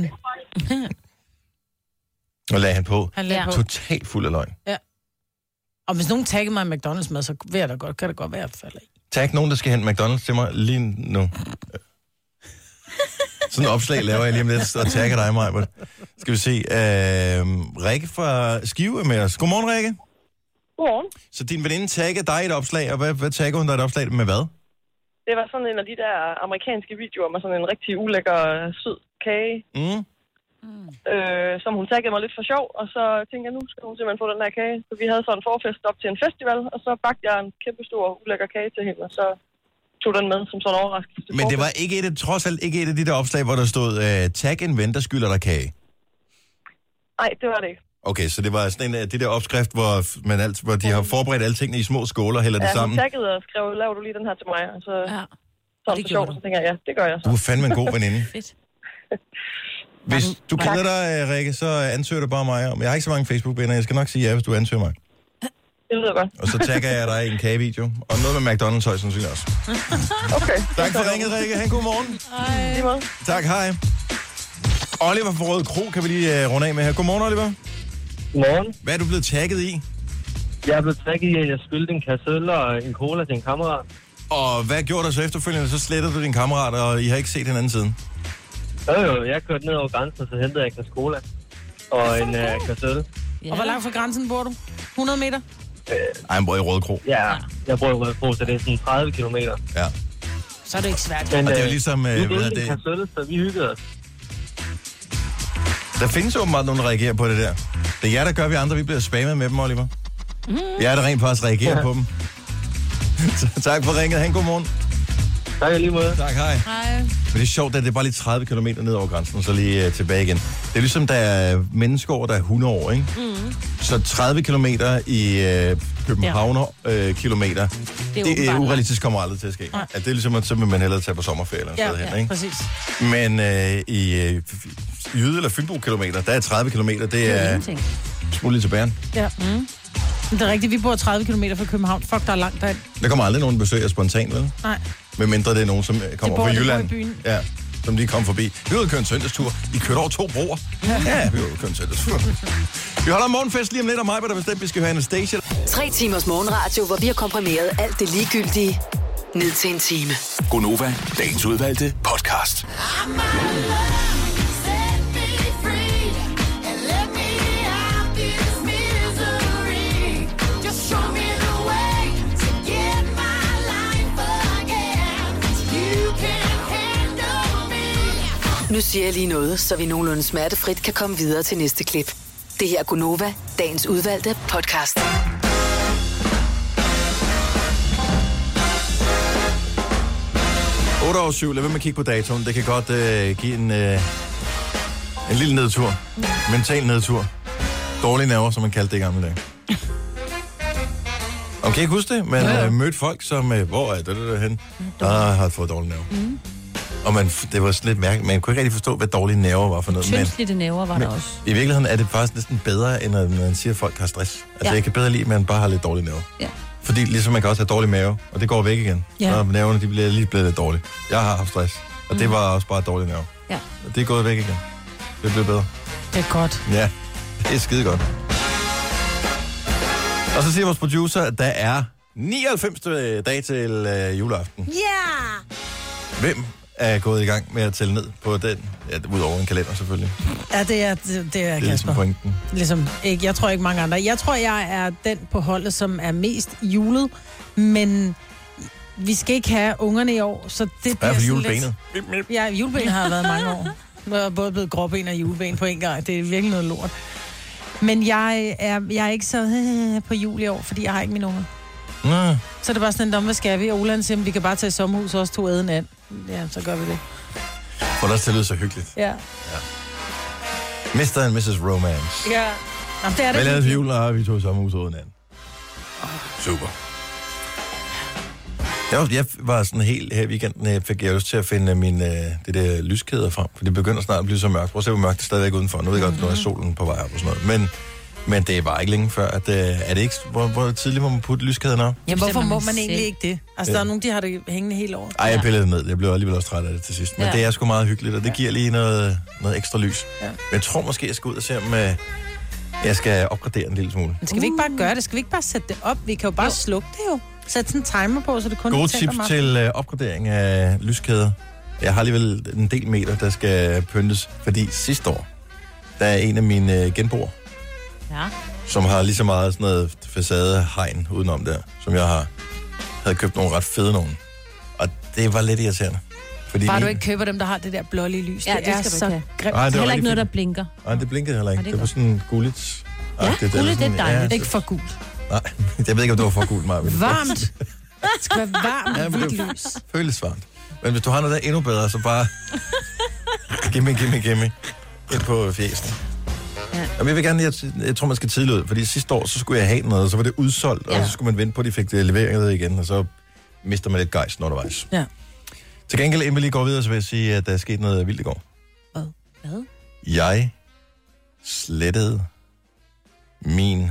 Og lagde han på. Totalt fuld af løgn. Ja. Og hvis nogen tagger mig i McDonald's-mad, så kan det godt være, at jeg falder i. Tag nogen, der skal hente McDonald's til mig lige nu. Sådan et opslag laver jeg lige om lidt, og tagger dig, Majbert. Skal vi se. Rikke fra Skive er med os. Godmorgen, Rikke. Godmorgen. Så din veninde tagger dig i et opslag, og hvad tagger hun dig i et opslag med hvad? Det var sådan en af de der amerikanske videoer med sådan en rigtig ulækker, sød kage. som hun taggede mig lidt for sjov, og så tænkte jeg, nu skal hun simpelthen få den her kage. Så vi havde så en forfest op til en festival, og så bagte jeg en kæmpe stor ulækker kage til hende, og så tog den med som sådan en overraskelse. Men det var ikke trods alt ikke et af de der opslag, hvor der stod, tag en ven, der skylder dig kage? Nej, det var det ikke. Okay, så det var sådan en af de der opskrift, hvor de har forberedt alle tingene i små skåler og hælder det sammen? Ja, hun taggede og skrev, laver du lige den her til mig, og så... Ja. Så det sjovt, så tænker jeg, ja, det gør jeg så. Du er fandme en god veninde. Fedt. Hvis du kender dig, Rikke, så ansøger du bare mig om. Jeg har ikke så mange Facebook-venner, jeg skal nok sige ja, hvis du ansøger mig. Det lyder godt. Og så tagger jeg dig i en kagevideo. Og noget med McDonald's højst sandsynligt også. Okay. Tak for ringet, Rikke. Ha' en god morgen. Hej. Tak, hej. Oliver fra Røde Kro kan vi lige runde af med her. Godmorgen, Oliver. Godmorgen. Hvad er du blevet tagget i? Jeg er blevet tagget i, at jeg skyldte en kasse øl og en cola til en kammerat. Og hvad gjorde du så efterfølgende? Så slettede du din kammerat, og I har ikke set hinanden siden? Jo, jeg kørte ned over grænsen, og så hentede jeg en kasse cola og en kasse øl. Ja. Og hvor langt fra grænsen bor du? 100 meter? Ej, han bor i Røde Kro. Ja, jeg bor i Røde Kro, så det er sådan 30 kilometer. Ja. Så er det ikke svært. Men, og det er jo ligesom... Vi delte en kasse øl, så vi hyggede os. Der findes åbenbart nogen, der reagerer på det der. Det er jer, der gør, vi andre. Vi bliver spammet med dem, Oliver. Jeg er der rent faktisk reagerer på dem. Tak for ringet. Ha' en god morgen. Tak lige måde. Tak, hej. Hej. Men det er sjovt, at det er bare lige 30 km ned over grænsen, og så lige tilbage igen. Det er ligesom, der er mennesker over, der er 100 år, ikke? Så 30 km i Københavner-kilometer, det er urealistisk, kommer aldrig til at ske. At det er ligesom, at så vil man hellere tage på sommerferie eller noget sted hen, ikke? Præcis. Men i Jyde- eller Fynbo-kilometer, der er 30 km, det er smule lige til bæren. Ja. Det er rigtigt, vi bor 30 km fra København. Fuck, der er langt derind. Der kommer aldrig nogen besøg af spontant, vel? Nej. Med mindre det er nogen, som kommer fra Jylland. I byen. Ja, som lige kom forbi. Vi var ude at køre en søndagstur. I kørte over 2 broer. Ja, vi var ude at køre en søndagstur. Vi holder morgenfest lige om lidt, og mig, der bestemt, vi skal høre Anastasia. 3 timers morgenradio, hvor vi har komprimeret alt det ligegyldige ned til en time. Gonova, dagens udvalgte podcast. Nu siger jeg lige noget, så vi nogenlunde smertefrit kan komme videre til næste klip. Det her er Gonova, dagens udvalgte podcast. Otte over 7. Lad være med at kigge på datoen. Det kan godt give en lille nedtur. Mental nedtur. Dårlige nerver, som man kaldte det i gamle dage. Og kan I ikke huske det? Man mødte folk, som... hvor er det hen? Har fået dårlige nerver. Og det var sådan lidt mærkeligt. Man kunne ikke rigtig forstå, hvad dårlige nerver var for noget. Tyndslidte nerver var der også. I virkeligheden er det faktisk næsten bedre, end at man siger, at folk har stress. Altså, jeg kan bedre lide, at man bare har lidt dårlige nerver. Ja. Fordi ligesom man kan også have dårlig mave, og det går væk igen. Ja. Og nerverne, de bliver lige blevet lidt dårlige. Jeg har haft stress, og det var også bare dårlige nerver. Ja. Og det er gået væk igen. Det bliver bedre. Det er godt. Ja, det er skide godt. Og så siger vores producer, at der er 99. dag til juleaften. Ja! Hvem er gået i gang med at tælle ned på den, udover en kalender selvfølgelig? Ja, det er Kasper. Ligesom pointen. Ligesom, ikke, jeg tror ikke mange andre. Jeg tror, jeg er den på holdet, som er mest julet, men vi skal ikke have ungerne i år, så det bliver sådan julebenet. Lidt... Ja, julebenet har været mange år. Nu er jeg både blevet gråben og juleben på en gang. Det er virkelig noget lort. Men jeg er ikke så på jul i år, fordi jeg har ikke mine unger. Så er det bare sådan, hvad skal vi? Og Oland siger, vi kan bare tage sommerhus og også 2 æden an. Ja, så gør vi det. For det lyder så hyggeligt. Ja. Mr. and Mrs. Romance. Ja. Jamen, det er det. Hvad lavede vi jul, og vi tog sommerhus uden an. Super. Jeg var sådan helt her i weekenden, jeg fik lyst til at finde det der lyskæder frem, for det begynder snart at blive så mørkt. Prøv at se, hvor mørkt det er stadigvæk udenfor. Nu ved jeg godt, nu er solen på vej op og sådan noget. Men det var ikke længe før, at er det ikke, hvor tidligt må man putte lyskæderne op? Ja, hvorfor må man egentlig ikke det? Altså, der er nogen, de har det hængende helt over. Ej, jeg pillede det ned. Jeg blev alligevel også træt af det til sidst. Men det er sgu meget hyggeligt, og det giver lige noget ekstra lys. Ja. Men jeg tror måske, jeg skal ud og se, om jeg skal opgradere en lille smule. Men skal vi ikke bare gøre det? Skal vi ikke bare sætte det op? Vi kan jo bare slukke det jo. Sæt sådan en timer på, så det kun gode tips til opgradering af lyskæder. Jeg har alligevel en del meter, der skal pyntes, fordi sidste år, der er en af mine genboer, som har lige så meget sådan noget facadehegn udenom der, som jeg havde købt nogle ret fede nogen. Og det var lidt irriterende. Fordi Bare du ikke køber dem, der har det der blålige lys. Ja, det det er skal du så ikke grimt. Ej, det var Heller ikke rigtig noget, der fint. blinker. Nej, det blinkede heller ikke. det er Det var sådan gulligt. Ja, gulligt, det er dejligt. Ikke for gult. Nej, jeg ved ikke, om det var for gult, Marvin. Varmt. Det skal være varmt, Ja, men hvidt det lys. føles varmt. Men hvis du har noget, der er endnu bedre, så bare... gimme. Ind på fjesen. Ja. Og jeg vil gerne, jeg tror, man skal tidligt ud, fordi sidste år, så skulle jeg have noget, og så var det udsolgt, og så skulle man vente på, at de fik det leveret igen, og så mister man lidt gejst undervejs. Ja. Til gengæld, inden vi lige går videre, så vil jeg sige, at der er sket noget vildt i går. Hvad? Jeg slettede min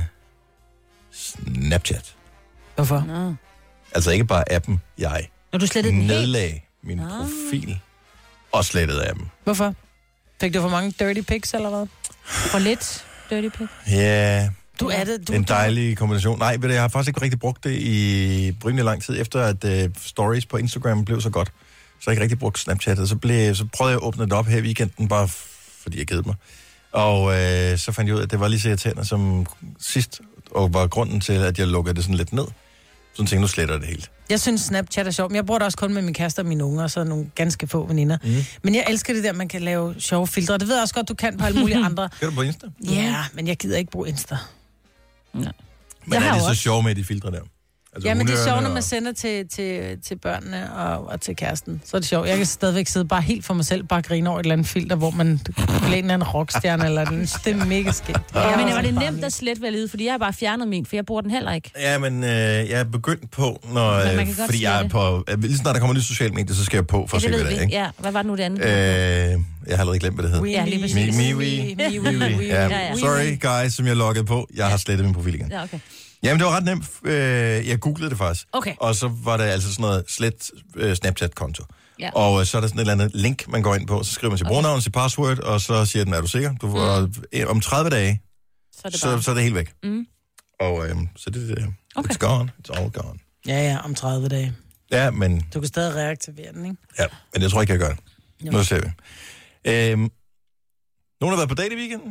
Snapchat. Hvorfor? Nå. Altså ikke bare appen, jeg Når du slettede den helt? nedlagde min profil og slettede appen. Hvorfor? Fik du for mange dirty pics, eller hvad? For lidt dirty pic? Ja, Du er det. en dejlig kombination. Nej, ved du, jeg har faktisk ikke rigtig brugt det i rimelig lang tid, efter at stories på Instagram blev så godt. Så har jeg ikke rigtig brugt Snapchat, og så prøvede jeg at åbne det op her i weekenden, bare fordi jeg kedede mig. Og så fandt jeg ud af, at det var lige så irriterende som sidst, og var grunden til, at jeg lukkede det sådan lidt ned. Så tænkte jeg, nu sletter jeg det helt. Jeg synes, Snapchat er sjovt, men jeg bruger det også kun med min kæreste og mine unger, og så nogle ganske få veninder. Men jeg elsker det der, man kan lave sjove filtre. Det ved jeg også godt, du kan på alle mulige andre. Gør du på Insta? Ja, men jeg gider ikke bruge Insta. Men Jeg er har det jo så også. sjove med de filtre der? Altså, Ja, men det er sjovt, når hundeørerne man sender til børnene og til kæresten. Så er det sjovt. Jeg kan stadigvæk sidde bare helt for mig selv, bare grine over et eller andet filter, hvor man læner en rockstjerne eller den. Det er mega skægt. Ja, men var det nemt at slette ved at lide, fordi jeg har bare fjernet min, for jeg bruger den heller ikke. Ja, men jeg er begyndt på, når, Men man kan godt fordi jeg er slette. på... Lige snart der kommer nyt sociale medier, så skal jeg på for at se, hvad det er, ikke? Ja, hvad var det nu det andet? Jeg har allerede glemt, hvad det hed. Ja, lige præcis. MeWe. Ja, sorry, guys, som jeg loggede på. Jeg har slettet min profil igen. Ja, okay. Jamen, det var ret nemt. Jeg googlede det faktisk. Okay. Og så var der altså sådan noget slet Snapchat-konto. Ja. Og så er der sådan et eller andet link, man går ind på. Så skriver man sit brugernavn, sit password, og så siger den, er du sikker? Du får, om 30 dage, så er det helt væk. Mm. Og så det er det. Okay. It's gone. It's all gone. Ja, om 30 dage. Ja, men... Du kan stadig reaktivere den, ikke? Ja, men jeg tror ikke, jeg gør det. Jo. Nu ser vi. Nogen har været på date i weekenden?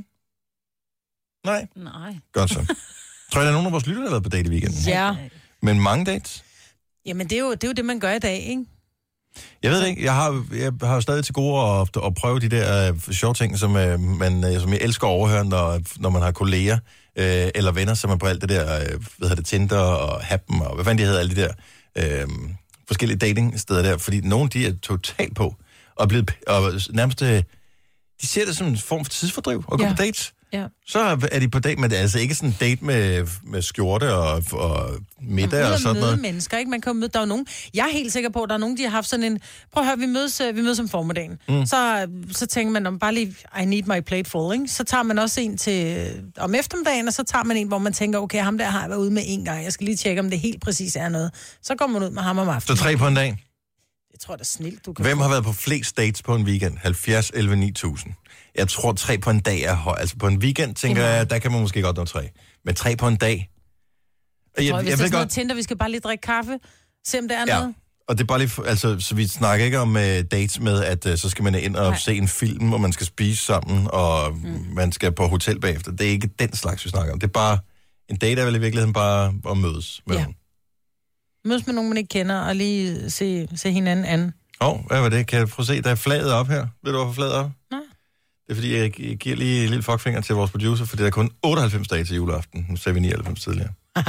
Nej? Nej. Godt så. Tror jeg, der er nogen af vores lyttere, der har været på date i weekenden? Ja. Men mange dates? Jamen, det er jo det, man gør i dag, ikke? Jeg ved det ikke. Jeg har jo stadig til gode at prøve de der sjove ting, som jeg elsker at overhøre, når man har kolleger eller venner, som er på alt det der, Tinder og Happen og hvad fanden de hedder, alle de der forskellige datingsteder der. Fordi nogle, de er totalt på og nærmest... De ser det som en form for tidsfordriv at gå på dates. Ja. Så er de på date, men det er altså ikke sådan en date med skjorte og middag og sådan noget. Mennesker, ikke? Man kan jo møde, der er jo nogen. Jeg er helt sikker på, at der er nogen, de har haft sådan en, prøv at høre, vi mødes om formiddagen. Så tænker man, om bare lige, I need my plate full, ikke? Så tager man også en til om eftermiddagen, og så tager man en, hvor man tænker, okay, ham der har jeg været ude med en gang. Jeg skal lige tjekke, om det helt præcis er noget. Så går man ud med ham om aftenen. Så 3 på en dag? Jeg tror, det er snilt, du kan Hvem har været på flest dates på en weekend? 70, 11, 9000. Jeg tror, 3 på en dag er højt. Altså på en weekend, tænker jeg, der kan man måske godt nå 3. Men 3 på en dag? Jeg tror, hvis det er sådan noget Tinder, vi skal bare lige drikke kaffe, se om der er noget. Og det er bare lige, altså, så vi snakker ikke om dates med, at så skal man ind og se en film, og man skal spise sammen, og man skal på hotel bagefter. Det er ikke den slags, vi snakker om. Det er bare, en date er vel i virkeligheden bare at mødes med nogen. Mødes med nogen, man ikke kender, og lige se hinanden anden. Hvad var det? Kan jeg prøve at se, der er flaget op her? Ved du, hvorfor flaget er op? Nej. Det er fordi, jeg giver lige en lille fuckfinger til vores producer, fordi der er kun 98 dage til juleaften. Nu sagde vi 99 tidligere. Det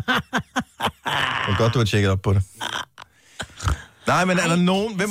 er godt, du har tjekket op på det. Nej, men er der nogen, er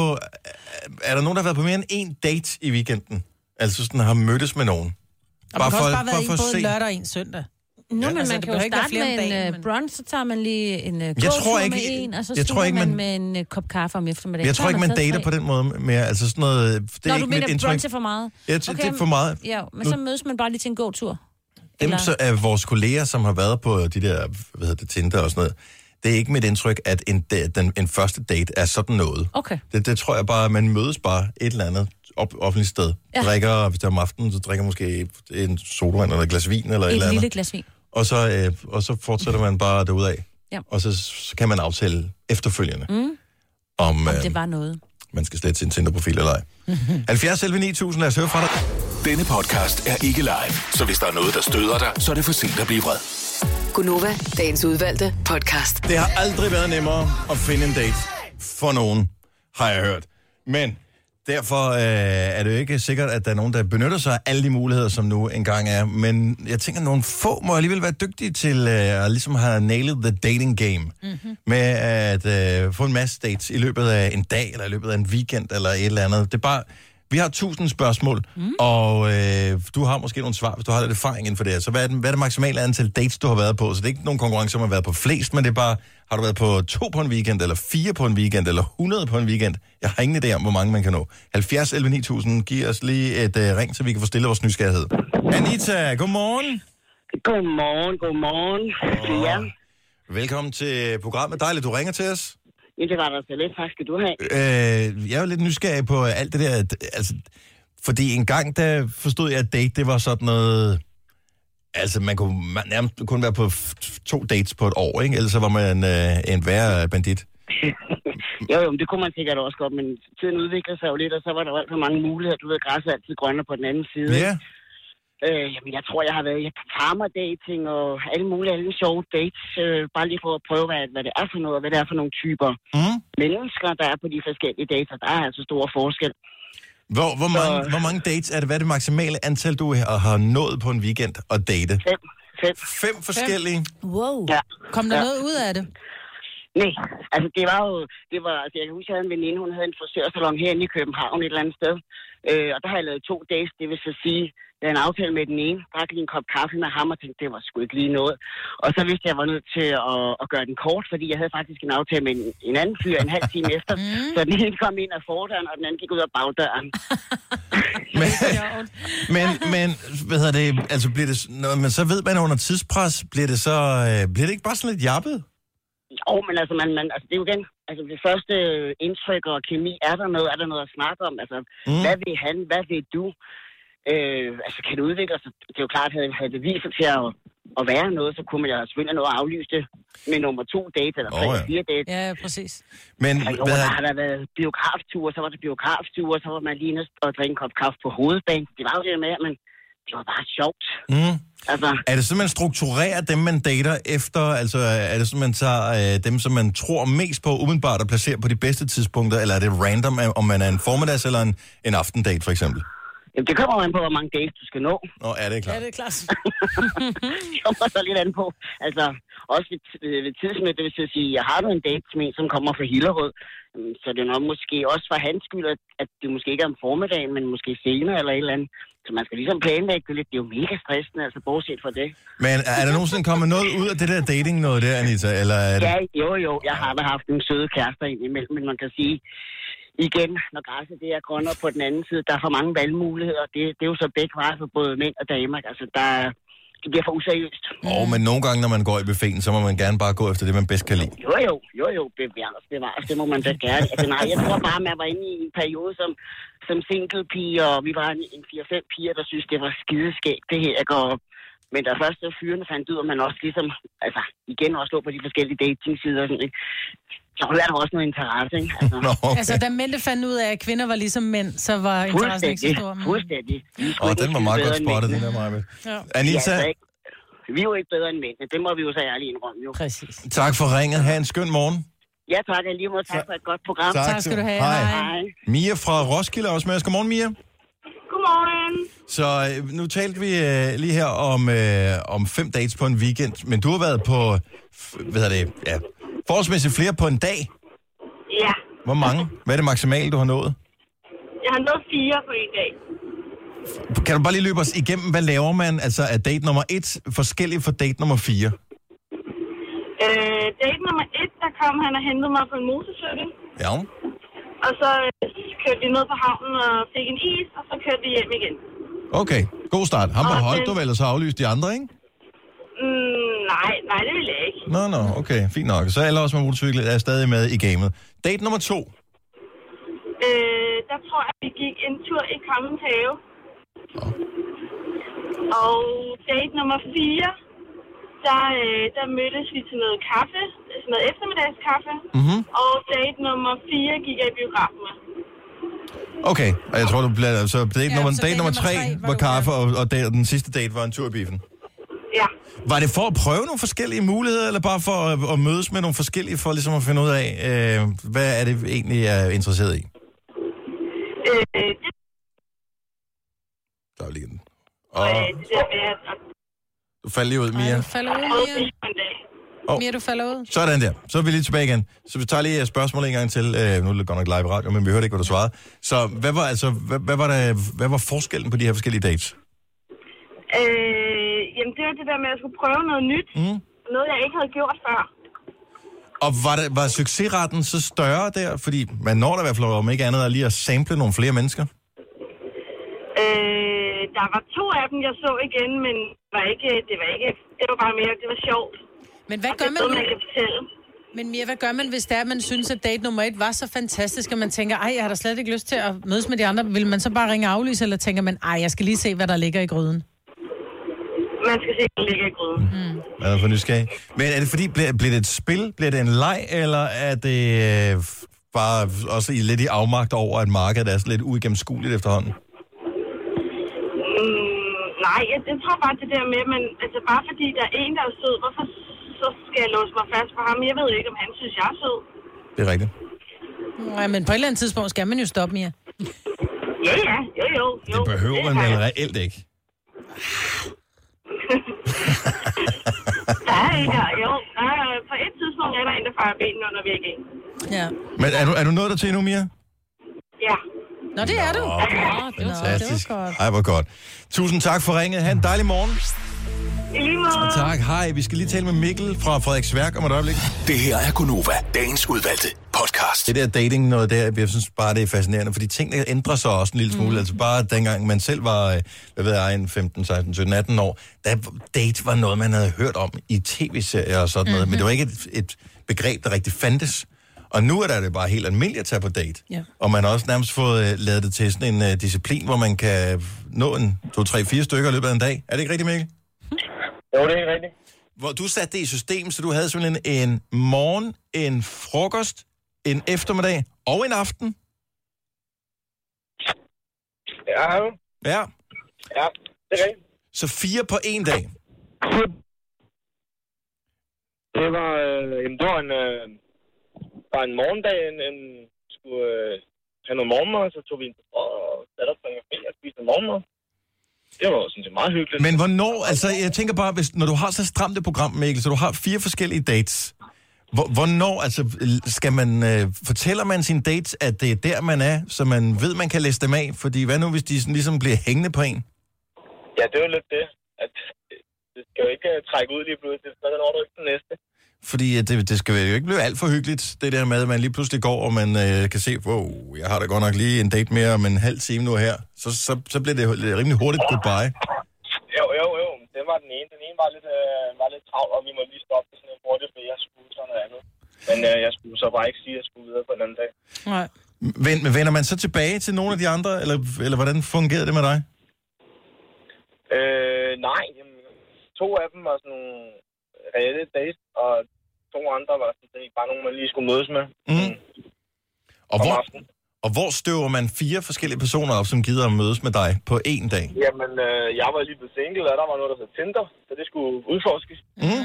der nogen, der har været på mere end en date i weekenden? Altså sådan har mødtes med nogen? Og man kan også bare være en både lørdag og en søndag. Men man altså, kan jo starte med en brunch, så tager man lige en gåtur med en, og så slutter man med en kop kaffe om eftermiddagen. Jeg tror ikke, man dater på den måde mere. Altså sådan noget... Det er du mener, brunch er for meget? Ja, det er for meget. Ja, men så mødes man bare lige til en gåtur. Dem så er vores kolleger, som har været på de der, Tinder og sådan noget, det er ikke mit indtryk, at en første date er sådan noget. Okay. Det tror jeg bare, man mødes bare et eller andet offentligt sted. Ja. Drikker, hvis det er om aftenen, så drikker måske en sodavand eller et glas vin eller et eller andet. Et lille glas vin. Og så fortsætter man bare derudad. Ja. Og så kan man aftale efterfølgende, om det var noget. Man skal slette sin Tinder-profil eller ej. 70 11 9000, lad os høre fra dig. Denne podcast er ikke live, så hvis der er noget, der støder dig, så er det for sent at blive vred. Gunova, dagens udvalgte podcast. Det har aldrig været nemmere at finde en date for nogen, har jeg hørt. Men derfor er det jo ikke sikkert, at der er nogen, der benytter sig af alle de muligheder, som nu engang er. Men jeg tænker, at nogle få må alligevel være dygtige til at ligesom have nailed the dating game. Mm-hmm. Med at få en masse dates i løbet af en dag, eller i løbet af en weekend, eller et eller andet. Det er bare... Vi har 1000 spørgsmål, og du har måske nogle svar, hvis du har lidt erfaring inden for det her. Så hvad er det maksimale antal dates, du har været på? Så det er ikke nogen konkurrence, som har været på flest, men det er bare, har du været på 2 på en weekend, eller 4 på en weekend, eller 100 på en weekend? Jeg har ingen idé om, hvor mange man kan nå. 70 11 9000, giv os lige et ring, så vi kan få stillet vores nysgerrighed. Anita, godmorgen. Godmorgen. Ja. Velkommen til programmet. Dejligt, du ringer til os. Ja, det var der så lidt. Tak skal du have. Jeg er jo lidt nysgerrig på alt det der, altså, fordi en gang, der forstod jeg, at date, det var sådan noget, altså man kunne nærmest kun være på 2 dates på et år, ikke? Ellers så var man en værre bandit. jo, det kunne man sikkert også godt, men tiden udviklede sig jo lidt, og så var der jo alt for mange muligheder. Du ved, græsset er altid grønner på den anden side. Ja. Jamen, jeg tror, jeg har været på farmer-dating og alle mulige sjove dates. Bare lige for at prøve, hvad det er for noget, og hvad det er for nogle typer mennesker, der er på de forskellige dates. Og der er altså store forskel. Hvor mange dates er det? Hvad er det maksimale antal, du har nået på en weekend at date? 5 forskellige? Wow. Ja. Kom der noget ud af det? Nej, altså altså jeg kan huske, at jeg havde en veninde, hun havde en frisørsalon herinde i København et eller andet sted. Og der har jeg lavet 2 dates, det vil så sige, jeg havde en aftale med den ene, drak lige en kop kaffe med ham og tænkte, det var sgu ikke lige noget. Og så vidste jeg var nødt til at gøre den kort, fordi jeg havde faktisk en aftale med en anden fyr en halv time efter. Så den ene kom ind af fordøren, og den anden gik ud af bagdøren. men hvad hedder det, altså bliver det, men så ved man under tidspres, bliver det ikke bare sådan lidt jappet? Men altså, altså, det er jo igen, altså det første indtryk og kemi, er der noget at snakke om? Altså, hvad vil han, hvad vil du? Altså, kan det udvikle sig? Det er jo klart, havde det vist sig til at være noget, så kunne man jo selvfølgelig nå at aflyse det med nummer 2 date, eller 3 eller 4 date. Ja, præcis. Men der har der været biografture, så var der biografture, så var man lige nødt og drikke en kop kaffe på hovedbanen. Det var jo det med, men det var bare sjovt. Altså, er det sådan, man strukturerer dem, man dater efter? Altså, er det sådan, man tager dem, som man tror mest på, umiddelbart at placere på de bedste tidspunkter? Eller er det random, om man er en formiddags- eller en aftendate, for eksempel? Jamen, det kommer an på, hvor mange dates du skal nå. Er det klart? Ja, det er klart. Det kommer så lidt an på. Altså, også ved tidsmødet, det vil sige, jeg har en date med en, som kommer fra Hillerød, så det er nok måske også for hans skyld, at det måske ikke er om formiddagen, men måske senere eller et eller andet. Så man skal ligesom planlægge det lidt. Det er jo mega stressende, altså bortset fra det. Men er der nogensinde kommet noget ud af det der dating noget der, Anita? Eller er det... Ja, jo. Jeg har da haft en søde kærester indimellem, men man kan sige, igen, når græsset det er grønnere på den anden side, der er for mange valgmuligheder. Det er jo så begge veje for både mænd og damer. Altså, det bliver for useriøst. Men nogle gange, når man går i buffeten, så må man gerne bare gå efter det, man bedst kan lide. Jo, bevares, det må man da gerne. Altså, nej, jeg tror bare, man var inde i en periode som single-pige, og vi var en 4-5 piger, der synes det var skideskægt, det her. Men da først fyrene fandt ud, at man også ligesom, altså igen også lå på de forskellige dating-sider og sådan, ikke? Så er der også noget interesse, ikke? Altså, okay. Altså, da mændene fandt ud af, at kvinder var ligesom mænd, så var interessen ikke så stor. Fuldstændig. Den var meget godt spottet, den der, Maja. Ja. Anita? Vi er jo ikke bedre end mænd, det må vi jo så ærligt indrømme, jo. Præcis. Tak for ringet. Ha' en skøn morgen. Ja, tak. Jeg lige må tak for et godt program. Tak skal du have. Hej. Mia fra Roskilde er også med os. Godmorgen, Mia. Godmorgen. Så nu talte vi lige her om 5 dates på en weekend, men du har været på, forholdsmæssigt flere på en dag. Ja. Hvor mange? Hvad er det maksimale, du har nået? Jeg har nået 4 på en dag. Kan du bare lige løbe os igennem, hvad laver man? Altså, er date nummer 1 forskellig fra date nummer 4? Date nummer 1, der kom han og hentede mig på en motorcykel. Ja. Og så kørte vi ned på havnen og fik en is, og så kørte vi hjem igen. Okay, god start. Ham beholdt du vel, og så aflyste de andre, ikke? Nej, det ville jeg ikke. Nå, okay, fint nok. Så alle også med motorcykel er stadig med i gamet. Date nummer 2? Der tror jeg, vi gik en tur i Kongens Have. Og date nummer 4, der mødtes vi til noget kaffe, sådan noget eftermiddagskaffe. Og date nummer 4 gik jeg i biografen med. Okay, og jeg tror, du bliver... Så date nummer 3 var kaffe, og den sidste date var en tur i biffen. Ja. Var det for at prøve nogle forskellige muligheder, eller bare for at mødes med nogle forskellige, for ligesom at finde ud af, hvad er det egentlig, jeg er interesseret i? Der er lige den. Det der med, at Du falder lige ud, Mia. Du falder ud, Mia. Mia, du falder ud. Sådan der. Så er vi lige tilbage igen. Så vi tager lige spørgsmål en gang til. Nu er det godt nok live radio, men vi hørte ikke, hvad du svarede. Så hvad var forskellen på de her forskellige dates? Jamen, det var det der med, at jeg skulle prøve noget nyt. Noget, jeg ikke havde gjort før. Og var succesraten så større der? Fordi man når der i hvert fald om ikke andet er lige at sample nogle flere mennesker. Der var 2 af dem, jeg så igen, men det var bare mere, det var sjovt. Men hvad gør man? Men Mia, hvad gør man, hvis det er, man synes, at date nummer 1 var så fantastisk, at man tænker, ej, jeg har da slet ikke lyst til at mødes med de andre. Vil man så bare ringe og aflyse, eller tænker man, ej, jeg skal lige se, hvad der ligger i gryden? Man skal se, hvad der ligger i gryden. Man er for nysgerrig. Men er det fordi, bliver det et spil? Bliver det en leg, eller er det bare også lidt i afmagt over, at markedet er så lidt uigennemskueligt efterhånden? Nej, jeg tror bare det der med, men altså bare fordi der er en, der er sød, hvorfor så skal jeg låse mig fast på ham? Jeg ved ikke, om han synes, jeg er sød. Det er rigtigt. Nej, men på et eller andet tidspunkt skal man jo stoppe, Mia. Ja, jo. Det behøver man vel reelt ikke. På et tidspunkt er der en, der farer benene under væggen. Ja. Men er du nået der til nu, Mia? Ja. Nå, det er du. Fantastisk. Det var godt. Ej, hvor godt. Tusind tak for ringet. Ha' en dejlig morgen. I lige måde. Tak. Hej. Vi skal lige tale med Mikkel fra Frederiksværk om et øjeblik. Det her er Gunova, dagens udvalgte podcast. Det der dating, noget der, jeg synes bare, det er fascinerende, fordi tingene ændrer sig også en lille smule. Altså bare dengang man selv var, 15, 16, 17, 18 år, da date var noget, man havde hørt om i tv-serier og sådan noget, men det var ikke et begreb, der rigtig fandtes. Og nu er det bare helt almindeligt at tage på date. Ja. Og man har også nærmest fået lavet det til sådan en disciplin, hvor man kan nå 2, 3, 4 stykker i løbet af en dag. Er det ikke rigtigt, Mikkel? Jo, det er ikke rigtigt. Hvor du satte det i system, så du havde simpelthen en morgen, en frokost, en eftermiddag og en aften? Ja. Ja. Ja, det er rigtigt. Så 4 på en dag? Det var en morgendag, skulle have noget morgenmad, så tog vi ind og datter på en café og spiste noget morgenmad. Det var sådan set meget hyggeligt. Men hvornår, altså jeg tænker bare, når du har så stramt et program, Mikkel, så du har 4 forskellige dates, hvornår, altså skal man, fortæller man sine dates, at det er der, man er, så man ved, man kan læse dem af? Fordi hvad nu, hvis de sådan ligesom bliver hængende på en? Ja, det er jo lidt det, at det skal jo ikke trække ud lige pludselig, så når du ikke den næste. Fordi det skal jo ikke blive alt for hyggeligt, det der med, at man lige pludselig går, og man kan se, wow, jeg har da godt nok lige en date mere om en halv time nu her. Så bliver det rimelig hurtigt goodbye. Jo. Det var den ene. Den ene var lidt travl, og vi må lige stoppe det sådan hurtigt, fordi jeg skulle sådan noget andet. Men jeg skulle så bare ikke sige, at jeg skulle videre på en anden dag. Nej. Vender man så tilbage til nogle af de andre, eller hvordan fungerede det med dig? Nej, 2 af dem var sådan nogle reelle dates, og 2 andre var sådan set bare nogen, man lige skulle mødes med. Og hvor støver man 4 forskellige personer op, som gider at mødes med dig på en dag? Jamen, jeg var lige blevet single, og der var noget, der hed Tinder, så det skulle udforskes.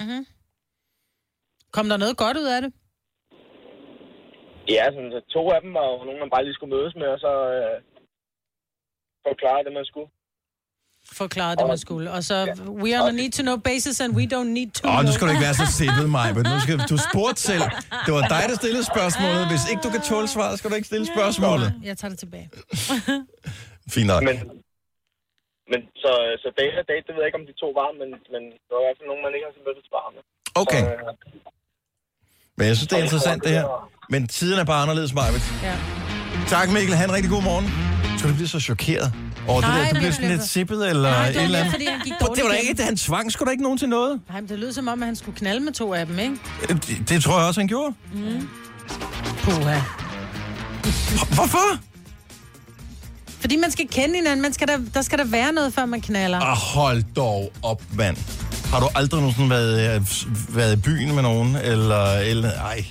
Kom der noget godt ud af det? Ja, sådan, så 2 af dem var nogen, man bare lige skulle mødes med, og så forklare det, man skulle. Forklare det, man skulle. Og så, we are on a need-to-know basis, and we don't need to know. Nu skal du ikke være så sippet, Maja, men du spurgte selv. Det var dig, der stillede spørgsmålet. Hvis ikke du kan tåle svaret, skal du ikke stille spørgsmålet. Jeg tager det tilbage. Fint nok. Men så date, det ved jeg ikke, om de 2 var, men det var i hvert fald nogen, man ikke har så mødt et svar med. Okay. Men jeg synes, det er interessant, det her. Men tiden er bare anderledes, Maja. Ja. Tak, Mikkel. Ha' en rigtig god morgen. Skal du blive så chokeret over det der? Du blev sådan lidt sippet, eller et eller andet? Fordi han gik dårligt. Det var da ikke, da han tvang. Skulle der ikke nogen til noget? Nej, men det lød som om, at han skulle knalde med 2 af dem, ikke? Det tror jeg også, han gjorde. Puha. Hvorfor? Fordi man skal kende hinanden. Der skal der være noget, før man knaller. Hold dog op, mand. Har du aldrig nogensinde været i byen med nogen? Eller ej.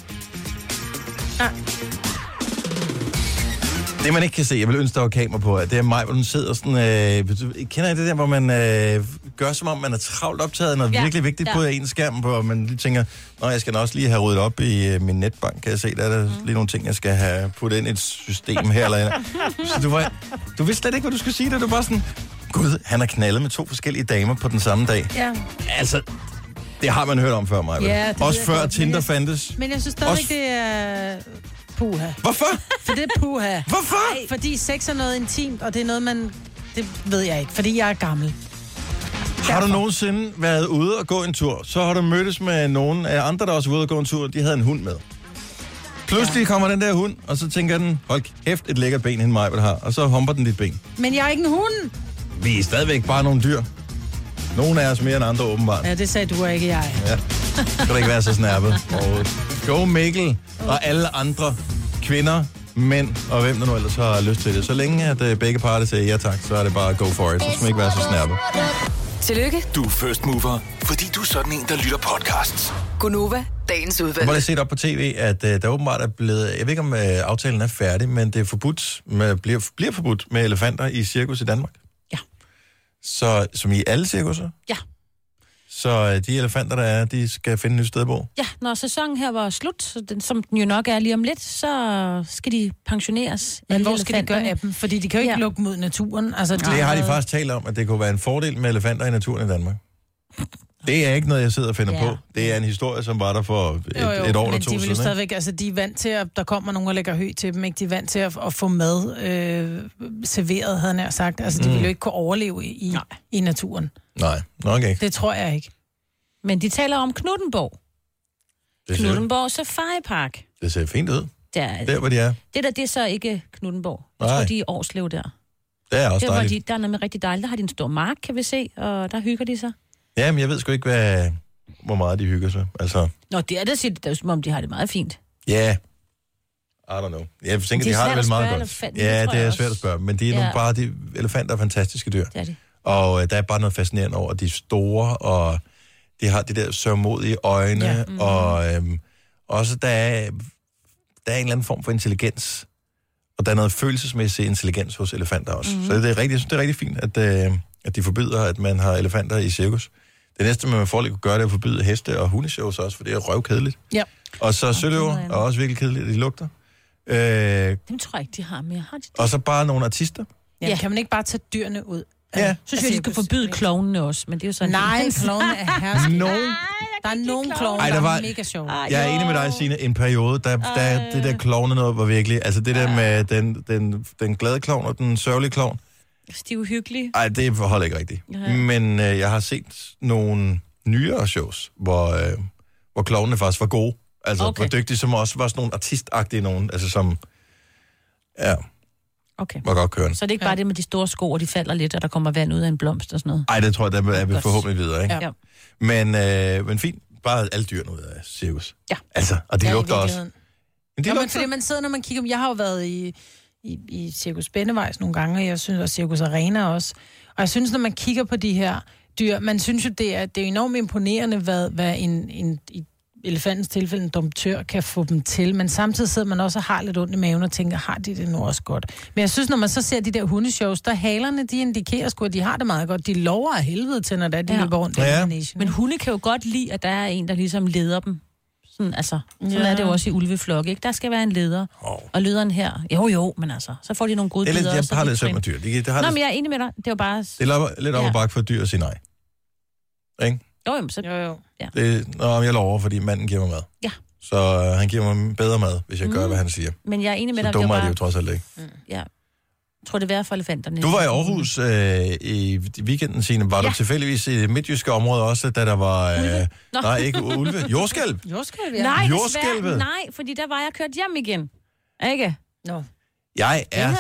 Det, man ikke kan se, jeg vil ønske, der var kamera på, det er mig, hvor den sidder sådan... kender I det der, hvor man gør, som om man er travlt optaget af noget virkelig vigtigt på en skærm, hvor man lige tænker, jeg skal også lige have ryddet op i min netbank, kan jeg se, der er lige nogle ting, jeg skal have puttet ind i et system her eller andet. Så du vidste slet ikke, hvad du skulle sige, det var bare sådan, gud, han har knaldet med 2 forskellige damer på den samme dag. Ja. Altså, det har man hørt om før mig. Ja, også før Tinder fandtes. Men jeg synes stadig, det er puha. Hvorfor? For det er puha. Hvorfor? Ej, fordi sex er noget intimt, og det er noget, man... Det ved jeg ikke, fordi jeg er gammel. Har du nogensinde været ude og gå en tur, så har du mødtes med nogen af andre, der også var ude og gå en tur, de havde en hund med. Pludselig kommer den der hund, og så tænker den, hold kæft, et lækkert ben, hende mig vil have, og så humper den dit ben. Men jeg er ikke en hund. Vi er stadigvæk bare nogle dyr. Nogle af os mere end andre, åbenbart. Ja, det sagde du og ikke jeg. Ja, skal du ikke være så snærpet overhovedet. Jo, Mikkel og alle andre kvinder, mænd og hvem der nu ellers har lyst til det. Så længe at begge parter siger ja tak, så er det bare go for it. Så skal man ikke være så snærpet. Tillykke. Du er first mover, fordi du er sådan en, der lytter podcasts. Gunova, dagens udvalgte. Jeg har lige set op på tv, at der åbenbart er blevet... Jeg ved ikke, om aftalen er færdig, men det er forbudt bliver forbudt med elefanter i cirkus i Danmark. Ja. Så som i alle cirkusser? Ja. Så de elefanter, der er, de skal finde et nyt sted at bo? Ja, når sæsonen her var slut, så som den jo nok er lige om lidt, så skal de pensioneres. Men hvor skal de gøre af dem? Fordi de kan jo ikke lukke mod naturen. Altså, det har de faktisk talt om, at det kunne være en fordel med elefanter i naturen i Danmark. Det er ikke noget, jeg sidder og finder på. Det er en historie, som var der for et år eller 2 siden. Men de vil jo stadigvæk, altså de er vant til, at der kommer nogen og lægger hø til dem, ikke? De er vant til at få mad serveret, havde jeg sagt. Altså de vil jo ikke kunne overleve i naturen. Nej, nok ikke. Det tror jeg ikke. Men de taler om Knuthenborg. Knuthenborg Safari Park. Det ser fint ud. Der hvor de er. Det er så ikke Knuthenborg. Jeg tror, de er i Årslev der. Det er også dejligt. Der er nemlig rigtig dejligt. Der har de en stor mark, kan vi se, og der hygger de sig. Ja, men jeg ved sgu ikke, hvor meget de hygger sig. Altså... Nå, det er som om, de har det meget fint. Ja. Yeah. I don't know. Jeg tænker, de har det vel meget godt. Ja, det er svært at spørge. Men de er nogle bare, de elefanter er fantastiske dyr. Det er de. Og der er bare noget fascinerende over, at de er store, og de har de der sørgmodige øjne, og også der er en eller anden form for intelligens. Og der er noget følelsesmæssig intelligens hos elefanter også. Så det er rigtig fint, at de forbyder, at man har elefanter i cirkus. Det næste, man får lige kunne gøre, det er at forbyde heste og hundeshows også, for det er røvkedeligt. Ja. Og så søløver er også virkelig kedeligt, at de lugter. Dem tror jeg ikke, de har mere. Har de det? Og så bare nogle artister. Ja, kan man ikke bare tage dyrene ud? Ja. Så synes jeg, de skal forbyde klovnene også, men det er jo sådan... Nej, klovnene er herske. Der er nogen klovne, der er mega sjove. Jeg er enig med dig, Signe. En periode, der det der klovne noget var virkelig... Altså det der med den glade klovn og den sørgelige klovn. De er uhyggelige. Nej, det holder ikke rigtigt. Ja. Men jeg har set nogle nyere shows, hvor klovnene faktisk var gode. Altså var dygtige, som også var sådan nogle artistagtige nogen. Altså som... Ja... Okay. Var godt kørende. Så det er ikke bare det med de store sko, og de falder lidt, og der kommer vand ud af en blomst og sådan noget? Nej, det tror jeg, der er vi forhåbentlig videre, ikke? Ja. Men fint. Bare alle dyrene ud af cirkus. Ja. Altså, og de lugter også. Men de lugter. Fordi man sidder, når man kigger... Jeg har jo været i Cirkus Bennevejs nogle gange, og jeg synes også Cirkus Arena også. Og jeg synes, når man kigger på de her dyr, man synes jo, det er enormt imponerende, hvad en elefantens tilfælde en domptør kan få dem til, men samtidig sidder man også og har lidt ondt i maven og tænker, har de det nu også godt? Men jeg synes, når man så ser de der hundeshows, der halerne, de indikerer sgu, at de har det meget godt. De lover af helvede til, når de løber rundt i Nation. Men hunde kan jo godt lide, at der er en, der ligesom leder dem. Sådan er det jo også i ulveflok, ikke? Der skal være en leder, og lederen her. Jo, men altså, så får de nogle gode billeder. Jeg har lidt selv med dyr. Men jeg er enig med dig. Det er jo bare... Det er lidt op ad bakke for dyr at sige nej. Ikke? Jo. Ja. Jeg lover, fordi manden giver mig mad. Ja. Så han giver mig bedre mad, hvis jeg gør, hvad han siger. Men jeg er enig med dig. Så dummer er det jo trods alt ikke. Ja. Jeg tror, det er værd for elefanterne. Du var i Aarhus i weekenden, Signe. Var du tilfældigvis i det midtjyske område også, da der var... nej, ikke ulve. Jordskælv. Jordskælv, ja. Nej, desværre. Nej, fordi der var jeg kørt hjem igen. Ikke? Nå. Jeg er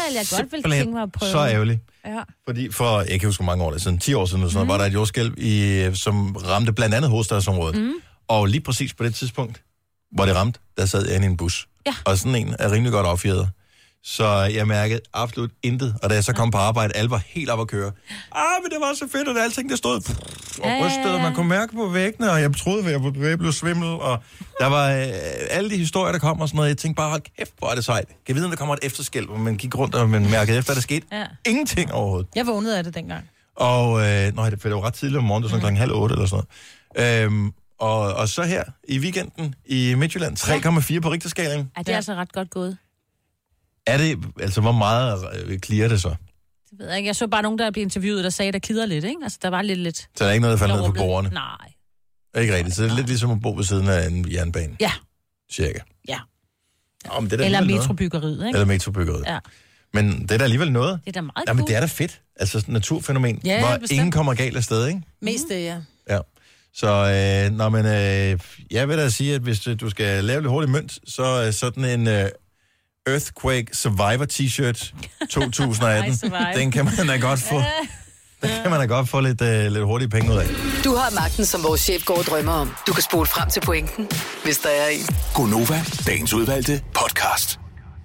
så ærgerlig. Ja. Fordi jeg kan huske mange år siden, 10 år siden, var der et jordskælv, som ramte blandt andet hovedstadsområdet. Og lige præcis på det tidspunkt, hvor det ramte, der sad jeg inde i en bus. Ja. Og sådan en er rimelig godt affjedret. Så jeg mærkede absolut intet. Og da jeg så kom på arbejde, alle var helt op at køre. Men det var så fedt, og alting der stod og rystede, og man kunne mærke på væggene, og jeg troede, at jeg blev svimmel. Og der var alle de historier, der kom og sådan noget. Jeg tænkte bare, hold kæft, hvor er det sejt. Kan vide, om der kommer et efterskælv, hvor man gik rundt, og man mærkede efter, der skete ingenting overhovedet. Jeg vågnede af det dengang. Og det var ret tidligt om morgenen, det var sådan klokken 7:30 eller sådan noget. Og så her i weekenden i Midtjylland, 3,4 på Richterskalaen. Ja, det er altså ret godt gået. Er det, altså hvor meget clear det så? Det ved jeg ikke. Jeg så bare nogen, der blev interviewet, der sagde, der klidder lidt, ikke? Altså, der var lidt... Så der er ikke noget, der falder ned på borgerne? Nej. Ikke rigtigt. Så det er lidt ligesom at bo ved siden af en jernbane. Ja. Cirka. Ja. Men det er eller metrobyggeriet, ikke? Eller metrobyggeriet. Ja. Men det er da alligevel noget. Det er da meget cool. Men det er da fedt. Altså naturfænomen, ja, hvor bestemt. ingen kommer galt af sted, ikke? Mest det, ja. Ja. Så jeg vil da sige, at hvis du skal lave lidt hurtigt mønt, så sådan en Earthquake Survivor t-shirt 2018, den kan man da godt få. Den kan man da godt få lidt hurtige penge ud af. Du har magten, som vores chef går og drømmer om. Du kan spole frem til pointen, hvis der er en. Gonova, dagens udvalgte podcast.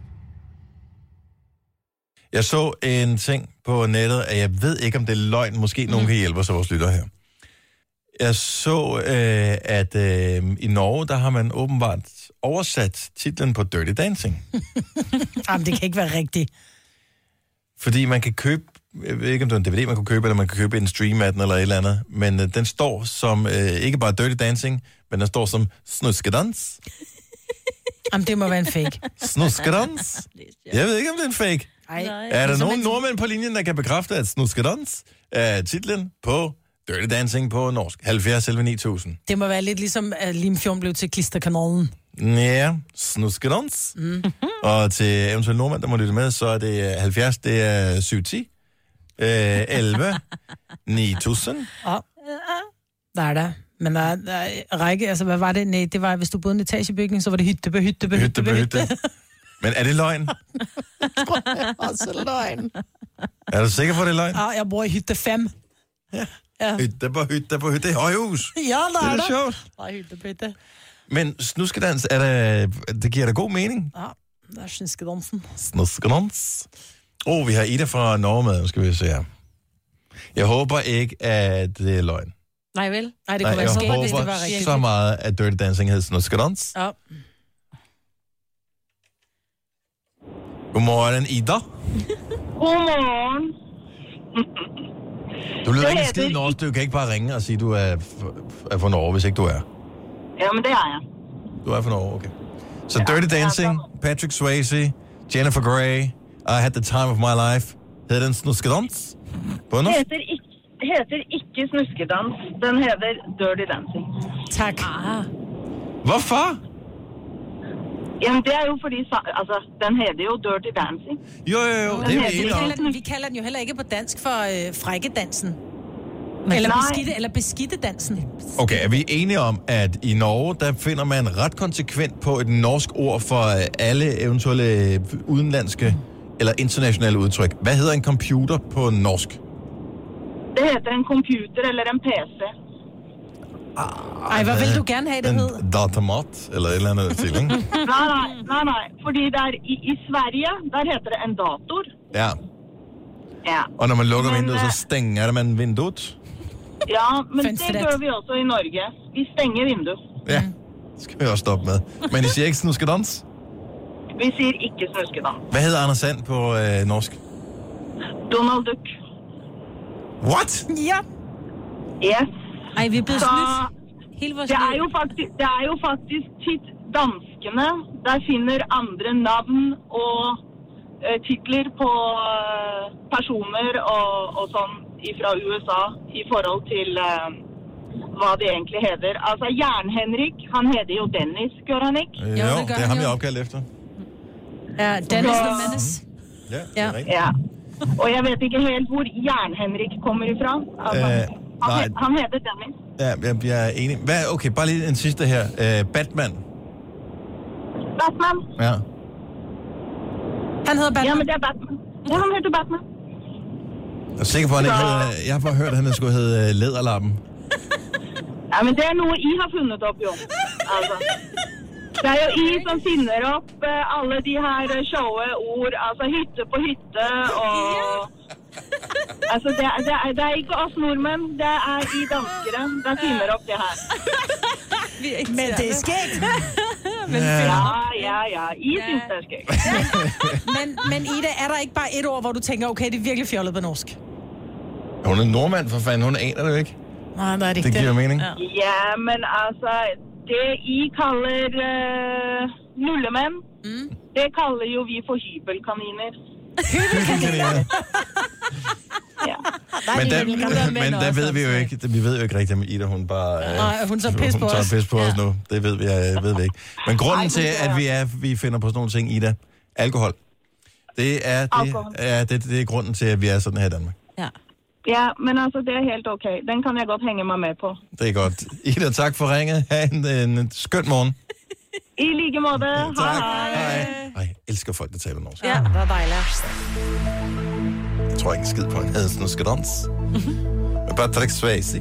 Jeg så en ting på nettet, at jeg ved ikke, om det er løgn. Måske nogen kan hjælpe os af vores lytter her. Jeg så, at i Norge, der har man åbenbart oversat titlen på Dirty Dancing. Jamen, det kan ikke være rigtigt. Fordi man kan købe, jeg ved ikke, om det er en DVD, man kan købe, eller man kan købe en stream af den, eller et eller andet. Men den står som, ikke bare Dirty Dancing, men den står som Snuskedans. Jamen, det må være en fake. Snuskedans? Jeg ved ikke, om det er en fake. Ej. Er der nogen nordmænd på linjen, der kan bekræfte, at Snuskedans er titlen på Dirty Dancing på norsk? 70 11 9000. Det må være lidt ligesom, at Limfjord blev til Klisterkanalen. Ja, Snuskedans. Og til eventuelt nordmænd, der må lytte med, så er det 70, det er 710. 11 9000. Der er der. Men der er række, altså hvad var det? Nej, det var, hvis du boede i en etagebygning, så var det hytte. Men er det løgn? Tror jeg også løgn. Er du sikker på, det er løgn? Ja, jeg bor i hytte 5. Ja. Hytte på hytte. Det er højhus. Ja, der er det sjovt. Der er hytte. Men snuskedans, det giver da god mening. Ja, der er snuskedansen. Snuskedans. Vi har Ida fra Norge med, nu skal vi se her. Jeg håber ikke, at det er løgn. Nej vel? Nej, det kunne være skægt, hvis det var rigtigt. Jeg håber så meget, at Dirty Dancing hed snuskedans. Ja. Godmorgen, Ida. Godmorgen. Du lyder ikke skide norsk, du kan ikke bare ringe og sige, at du er fra Norge, hvis ikke du er. Jamen, det er jeg. Du er fra Norge, okay. Så Dirty Dancing, Patrick Swayze, Jennifer Grey, I Had the Time of My Life. Hedder den snuskedans? På norsk? Heter ikke snuskedans. Den hedder Dirty Dancing. Tak. Hvorfor? Jamen, det er jo fordi, altså, den hedder jo Dirty Dancing. Jo, det er vi enige om. Vi kalder den jo heller ikke på dansk for frækkedansen. Eller beskidtedansen. Okay, er vi enige om, at i Norge, der finder man ret konsekvent på et norsk ord for alle eventuelle udenlandske eller internationale udtryk. Hvad hedder en computer på norsk? Det hedder en computer eller en PC. Hvad vil du gerne have, det hed? En datamat, eller et eller andet til, ikke? Nej. Fordi der i Sverige, der hedder det en dator. Ja. Ja. Og når man lukker vinduet, så stænger man vinduet? Ja, men det gør vi også i Norge. Vi stænger vinduet. Ja, det skal vi også stoppe med. Men I siger ikke snuskedans? Vi siger ikke snuskedans. Hvad hedder Anders Sand på norsk? Donald Duck. What? Ja. Yes. Ej, vi er blevet snydt. Hele vores det er jo faktisk tit danskene, der finder andre navn og titler på personer og sånn fra USA i forhold til hva det egentlig heter. Altså, Jern-Henrik, han heter jo Dennis, gør han ikke? Jo, det er ham, jeg opkaldt efter. Ja, Dennis the Menace. Ja, det er rigtigt. Ja. Og jeg vet ikke helt hvor Jern-Henrik kommer ifra. Altså, han heter Dennis. Ja, jeg er enig. Okay, bare lige en sidste her. Batman. Batman? Ja. Han hedder Batman. Ja, men det er Batman. Ja, han hedder Batman. Jeg er sikker på, at han ikke hedder... Jeg har bare hørt, at han skulle hedde Læderlappen. Ja, men det er noget, I har fundet op, jo. Altså. Det er jo I, som finder op alle de her sjove ord. Altså, hytte på hytte, og... Altså, det er ikke os nordmenn. Det er I danskere, der finder op det her. Men det er skægt. Ja. I synes, det er skægt. Men Ida, er der ikke bare et ord, hvor du tænker, okay, det er virkelig fjollet på norsk? Hun er nordmand, for fanden. Hun aner det jo ikke. Nej, det er det ikke. Det giver mening. Ja, men altså, det I kalder nullemænd, det kalder jo vi for hybelkaniner. Hybelkaniner? Ja. Men der ved vi jo ikke, vi ved jo ikke rigtigt, om Ida, hun bare... Nej, hun tager pis på os. Hun tager pis på os nu. Det ved vi ikke. Men grunden til, at vi finder på sådan nogle ting, Ida, alkohol, det er grunden til, at vi er sådan her i Danmark. Ja, men altså, det er helt okay. Den kan jeg godt hænge mig med på. Det er godt. Ida, tak for ringet. Ha' en skøn morgen. I lige måde. Hej. Jeg elsker folk, der taler norsk. Ja, hvad dejligt. Jeg tror ikke en skid på en hadsen og skadans. Men Patrick Swayze.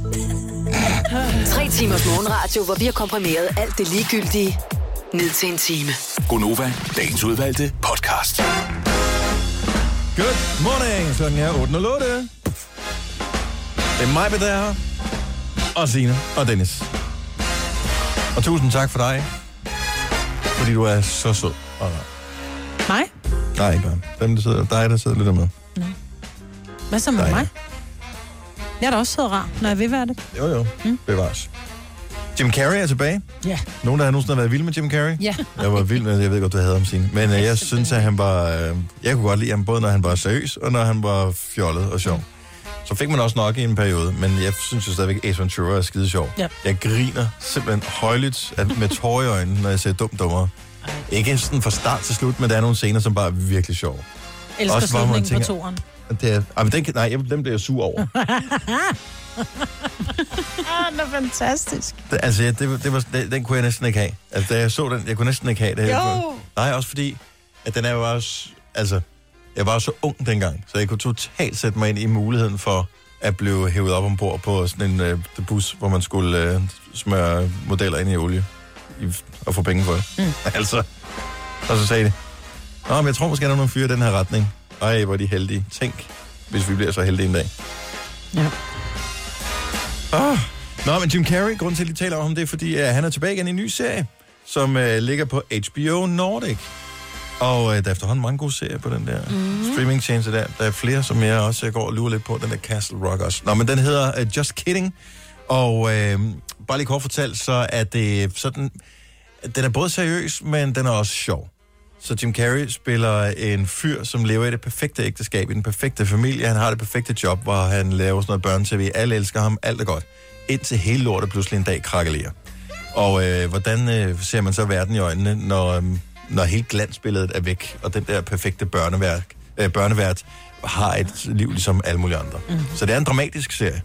3 timers morgenradio, hvor vi har komprimeret alt det ligegyldige ned til en time. Gonova, dagens udvalgte podcast. Good morning. Klokken er 8:08. Det er mig, der er her. Og Signe og Dennis. Og tusind tak for dig. Fordi du er så sød. Mig? Nej, ikke dem, der sidder. Dig, der sidder lidt med. Nå. Hvad så med mig? Jeg er da også så rar, når jeg vil være det. Jo. Bevares. Jim Carrey er tilbage. Ja. Nogen, der nogensinde har været vild med Jim Carrey? Ja. Jeg var vild med, jeg ved godt, du havde ham, Signe. Men jeg synes, at han var... jeg kunne godt lide ham, både når han var seriøs, og når han var fjollet og sjov. Så fik man også nok i en periode, men jeg synes jo stadigvæk, at Ace Ventura er skide sjov. Ja. Jeg griner simpelthen højlydt med tårer i øjnene, når jeg ser dummere. Ikke sådan fra start til slut, men der er nogle scener, som bare er virkelig sjove. Elsker slutningen på toren. Den bliver jeg sur over. Den er fantastisk. Den kunne jeg næsten ikke have. Altså, da jeg så den, jeg kunne næsten ikke have det. Nej, også fordi, at den er jo også... Altså, jeg var så ung dengang, så jeg kunne totalt sætte mig ind i muligheden for at blive hævet op ombord på sådan en bus, hvor man skulle smøre modeller ind i olie og få penge for det. Altså, og så sagde de, men jeg tror måske, der er nogle fyre i den her retning. Ej, hvor er de heldige. Tænk, hvis vi bliver så heldige en dag. Ja. Nå, men Jim Carrey, grunden til, at de taler om ham, det er, fordi han er tilbage igen i en ny serie, som ligger på HBO Nordic. Og der er efterhånden mange gode serier på den der streaming-tjeneste der. Der er flere, som jeg også går og lurer lidt på, den der Castle Rock også. Nå, men den hedder Just Kidding. Og bare lige kort fortalt, så er det sådan... Den er både seriøs, men den er også sjov. Så Jim Carrey spiller en fyr, som lever i det perfekte ægteskab, i den perfekte familie. Han har det perfekte job, hvor han laver sådan noget børne-tv. Alle elsker ham, alt er godt. Indtil hele lortet pludselig en dag krakelerer. Og hvordan ser man så verden i øjnene, når hele glansbilledet er væk, og den der perfekte børnevært har et liv ligesom alle mulige andre. Så det er en dramatisk serie.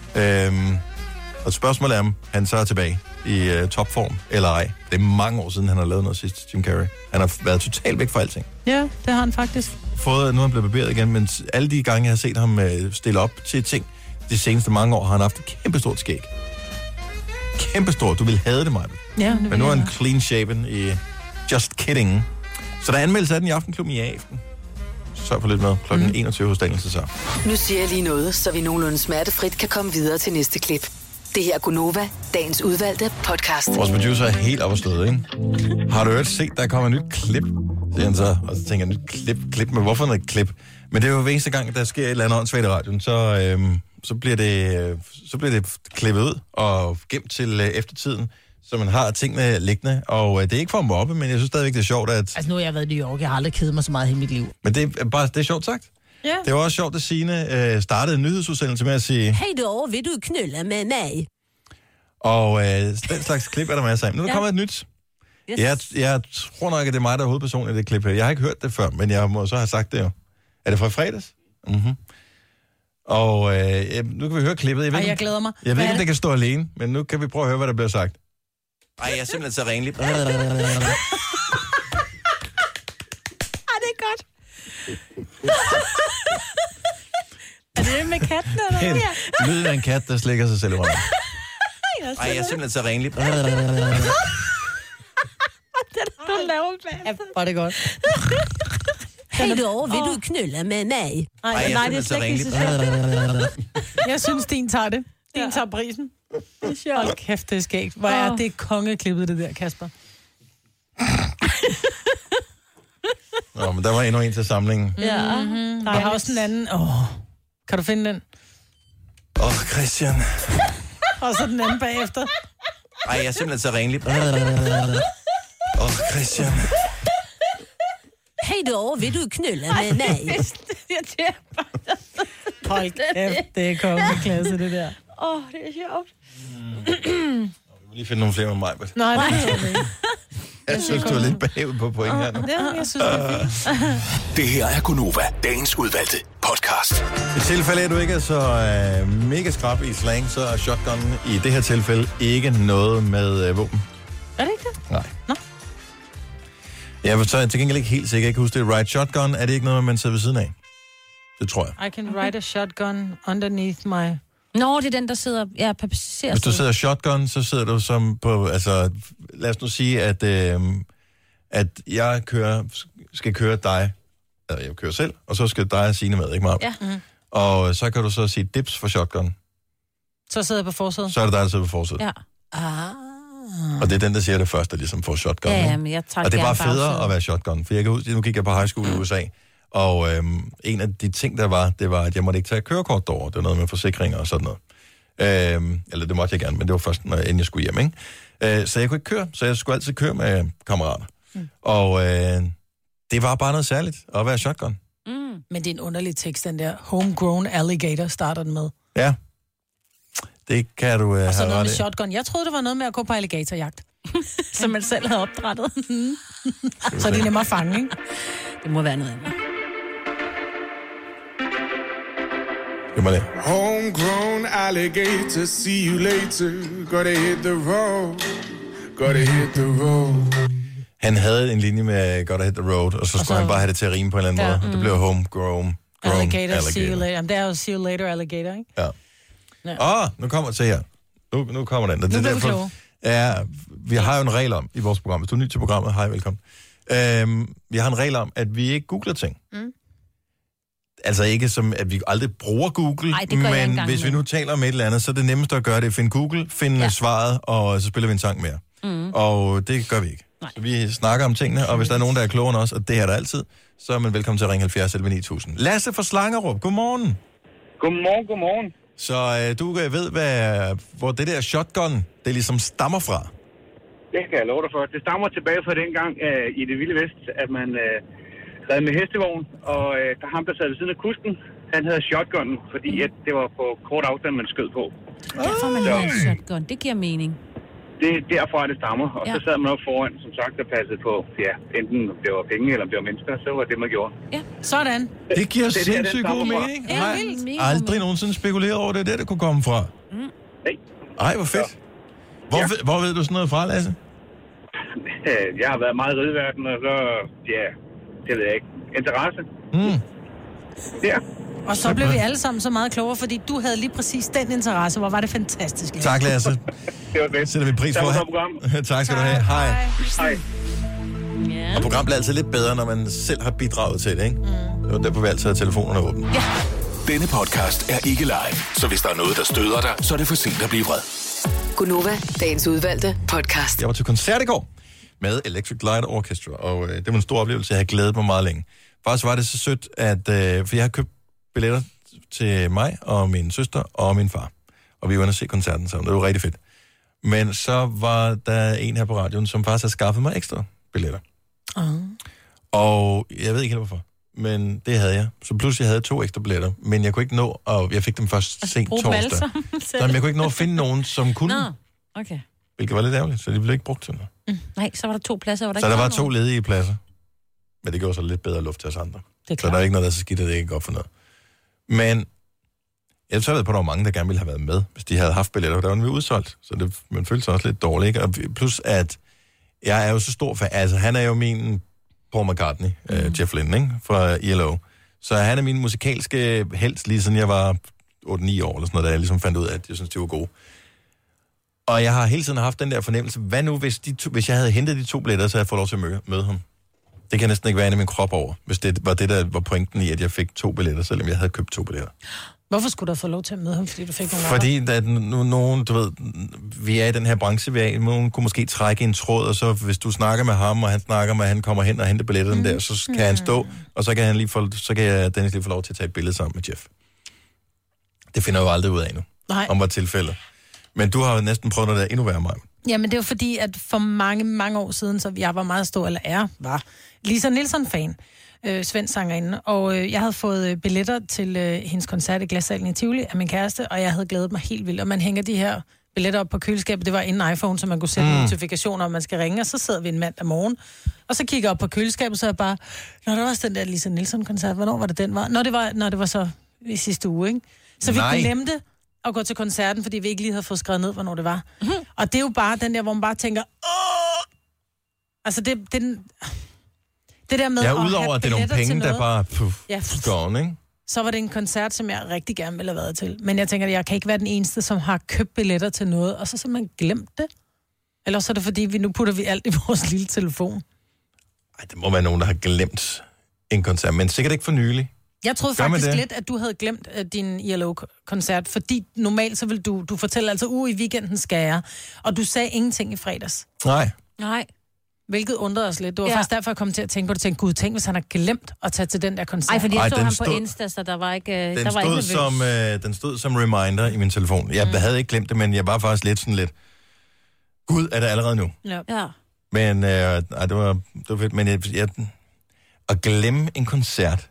Og spørgsmålet er, om han så er tilbage i topform eller ej. Det er mange år siden, han har lavet noget sidst, Jim Carrey. Han har været totalt væk fra alting. Ja, det har han faktisk. Nu er han blevet barberet igen, men alle de gange, jeg har set ham stille op til ting, de seneste mange år, har han haft et kæmpestort skæg. Kæmpestort. Du vil have det, Maja. Ja, men nu er han clean shaven i Just Kidding. Så der er anmeldelse af den i Aftenklubben i aften. Sørg for lidt med. Klokken 21 hos Daniel så. Nu siger jeg lige noget, så vi nogenlunde smertefrit kan komme videre til næste klip. Det her er Gonova, dagens udvalgte podcast. Vores producer er helt op og stød, ikke? Har du hørt set, der kommer et nyt klip? Det han så, og så tænker jeg, nyt klip, men hvorfor noget klip? Men det er jo hver eneste gang, der sker et eller andet åndssvagt i radioen, så bliver det klippet ud og gemt til eftertiden, så man har tingene liggende. Og det er ikke for at mobbe, men jeg synes stadigvæk, det er sjovt, at... Altså nu har jeg været i New York, jeg har aldrig kedet mig så meget i mit liv. Men det er sjovt sagt. Ja. Det var også sjovt, at Signe startede en nyhedsudsendelse med at sige... Hej då, vil du knulle med mig? Og den slags klip er der masser af. Nu er der kommet et nyt. Yes. Jeg tror nok, at det er mig, der er hovedperson i det klip her. Jeg har ikke hørt det før, men jeg må så have sagt det jo. Er det fra fredags? Og nu kan vi høre klippet. Jeg glæder mig. Jeg ved ikke, om det kan stå alene, men nu kan vi prøve at høre, hvad der bliver sagt. Ej, jeg er simpelthen så renlig. Det er godt. Er det med katten, eller hvad? Lyden af en kat, der slikker sig selv i røven. Ej, jeg er simpelthen så renlig. Du laver bag. Hvor er det godt. Hej då, vil du knulle med mig? Nej, det er slet ikke. Jeg synes, din tager det. Din tager prisen. Hold kæft, det er skægt. Hvor er det kongeklippet, det der, Kasper? Nå, men der var endnu en til samlingen. Ja. Jeg har også en anden. Kan du finde den? Christian. Og så den anden bagefter. Ej, jeg er simpelthen så renlig. Christian. Hej då, vil du knulle med mig? Hold kæft, det er kongeklasse, det der. Det er sjovt. Vi må lige finde nogle flere med mig. Nej, det er ikke. Jeg synes, du er lidt bagud på point her nu. Ja, jeg synes, det er fint. Det her er Gunova, dagens udvalgte podcast. I tilfælde af, at du ikke er så mega skrab i slang, så er shotgunnen i det her tilfælde ikke noget med våben. Er det ikke det? Nej. Nå. Jeg er til gengæld ikke helt sikker. Jeg kan huske det. Ride shotgun, er det ikke noget, man sidder ved siden af? Det tror jeg. I can ride a shotgun underneath my... Nå, det er den, der sidder... Ja, passagersædet. Hvis du sidder shotgun, så sidder du som på... Altså, lad os nu sige, at jeg skal køre dig... Eller jeg kører selv, og så skal dig og Signe med, ikke meget? Ja. Mm-hmm. Og så kan du så sige dips for shotgun. Så sidder jeg på forsædet? Så er det dig, der sidder på forsædet. Ja. Og det er den, der siger det første, der ligesom får shotgun. Ja, men jeg tager og det er bare gerne federe bagsædet. at være shotgun. For jeg kan huske, nu gik jeg på high school i USA, og en af de ting, det var, at jeg måtte ikke tage kørekort derovre. Det var noget med forsikringer og sådan noget. Eller det måtte jeg gerne, men det var først, inden jeg skulle hjem, ikke? Så jeg kunne ikke køre, så jeg skulle altid køre med kammerater. Og det var bare noget særligt at være shotgun. Men det er en underlig tekst, den der homegrown alligator starter den med. Ja. Det kan du have Og så noget ret med i. shotgun. Jeg troede, det var noget med at gå på alligatorjagt. Som man selv havde opdrettet. Så det er nemmere at fange, ikke? Det må være noget andet. Homegrown alligator, see you later. Gotta hit the road. Gotta hit the road. Han havde en linje med Gotta Hit the Road, og så skulle han bare have det til at rime på en eller anden måde. Det blev homegrown Alligator, see you later. Det er jo see you later alligator, ikke? Ja. Nu kommer det til jer. Nu kommer den. Nu bliver vi kloge. Ja, vi har jo en regel om i vores program. Hvis du er ny til programmet, hej, velkommen. Vi har en regel om, at vi ikke googler ting. Altså ikke som, at vi aldrig bruger Google, men hvis vi nu taler om et eller andet, så er det nemmeste at gøre det. Finde Google, finde svaret, og så spiller vi en sang mere. Og det gør vi ikke. Så vi snakker om tingene, og hvis der er nogen, der er klogere end os, og det er der altid, så er man velkommen til at ringe 70 11 9000. Lasse fra Slangerup, godmorgen. Godmorgen. Så du ved, hvor det der shotgun, det ligesom stammer fra? Det kan jeg love dig for. Det stammer tilbage fra dengang i det vilde vest, at man red med hestevogn, og der ham, der sad ved siden af kusken, han havde shotgunnen, fordi at det var på kort afstand, man skød på. Derfor man havde en shotgun. Det giver mening. Det er derfra, det stammer. Og så sad man op foran, som sagt, og passede på, enten det var penge, eller om det var mennesker, så var det, man gjorde. Ja, sådan. Det giver sindssygt god mening. Ja, Nej, aldrig nogensinde spekuleret over, det kunne komme fra. Nej. Ej, hvor fedt. Hvor ved du sådan noget fra, Lasse? Jeg har været meget i rideverden, og så, det ved jeg ikke. Interesse. Ja. Og så blev vi alle sammen så meget klogere, fordi du havde lige præcis den interesse. Hvor var det fantastisk. Tak, Lasse. Det var fedt. Sætter vi pris på. Tak skal du have. Hej. Ja. Og programmet bliver altid lidt bedre, når man selv har bidraget til det, ikke? Det var derfor, vi altid har telefonerne åbne. Ja. Denne podcast er ikke live, så hvis der er noget, der støder dig, så er det for sent at blive vred. Gunova, dagens udvalgte podcast. Jeg var til koncert i går med Electric Light Orchestra, og det var en stor oplevelse. Jeg havde glædet mig meget længe. Faktisk var det så sødt, at for jeg har købt billetter til mig og min søster og min far. Og vi var inde og se koncerten sammen. Det var rigtig fedt. Men så var der en her på radioen, som faktisk har skaffet mig ekstra billetter. Og jeg ved ikke helt hvorfor. Men det havde jeg. Så pludselig havde jeg 2 ekstra billetter. Men jeg kunne ikke nå, og jeg fik dem først sent torsdag. Så jeg kunne ikke nå at finde nogen, som kunne. Okay. Hvilket var lidt ærgerligt, så de blev ikke brugt til noget. Nej, så var der 2 pladser, hvor der så ikke der var nogen. 2 ledige pladser. Men det gjorde så lidt bedre luft til os andre. Det så der er ikke noget, der er så skidt, at det ikke er godt for noget. Men jeg så ved på, at der var mange, der gerne ville have været med, hvis de havde haft billetter. Der var nemlig udsolgt, så man følte sig også lidt dårlig. Ikke? Og plus, at jeg er jo så stor fan. Altså, han er jo min Paul McCartney, Jeff Lynne, ikke? Fra ELO. Så han er min musikalske helt, lige siden jeg var 8-9 år, eller sådan noget, da jeg ligesom fandt ud af, at jeg synes, de var gode. Og jeg har hele tiden haft den der fornemmelse, hvad nu, hvis jeg havde hentet de 2 billetter, så havde jeg fået lov til at møde ham. Det kan næsten ikke være inde i min krop over, hvis det var det, der var pointen i, at jeg fik 2 billetter, selvom jeg havde købt 2 billetter. Hvorfor skulle du få lov til at møde ham, fordi du fik nogle Fordi der er nogen, du ved, vi er i den her branche, vi er i, nogen kunne måske trække en tråd, og så hvis du snakker med ham, og han snakker med, han kommer hen og henter billetterne der, så kan han stå, og så kan han Dennis lige få lov til at tage et billede sammen med Jeff. Det finder jeg jo aldrig ud af nu, om hvad tilfældet. Men du har jo næsten prøvet noget, der er endnu værre, mig. Jamen, det var fordi, at for mange, mange år siden, så jeg var meget stor, eller var Lisa Nielsen-fan, svensk sangerinde, og jeg havde fået billetter til hendes koncert i Glassalen i Tivoli af min kæreste, og jeg havde glædet mig helt vildt, og man hænger de her billetter op på køleskabet. Det var inden iPhone, så man kunne sætte notifikationer, om man skal ringe, og så sidder vi en mandag morgen, og så kigger jeg op på køleskabet, så er jeg bare, når der var også den der Lisa Nielsen-koncert, hvornår var det den var? Når det var så i sidste uge, ikke? Så vi glemte at gå til koncerten, fordi vi ikke lige havde fået skrevet ned, hvornår det var. Og det er jo bare den der, hvor man bare tænker, altså det der med at udover at det er nogle penge, der bare går, ikke? Så var det en koncert, som jeg rigtig gerne ville have været til. Men jeg tænker, at jeg kan ikke være den eneste, som har købt billetter til noget, og så simpelthen glemt det. Eller så er det fordi, nu putter vi alt i vores lille telefon. Ej, det må være nogen, der har glemt en koncert, men sikkert ikke for nylig. Jeg troede faktisk lidt, at du havde glemt din ILO-koncert, fordi normalt så vil du fortælle altså, i weekenden skal jeg, og du sagde ingenting i fredags. Nej. Hvilket undrede os lidt. Det var faktisk derfor, jeg kom til at tænke på det. Tænkte, gud, tænk, hvis han har glemt at tage til den der koncert. Nej, fordi jeg så ham på Insta, så der var ikke den stod som reminder i min telefon. Jeg havde ikke glemt det, men jeg var faktisk lidt gud, er det allerede nu? Ja. Men det var fedt. Men at glemme en koncert.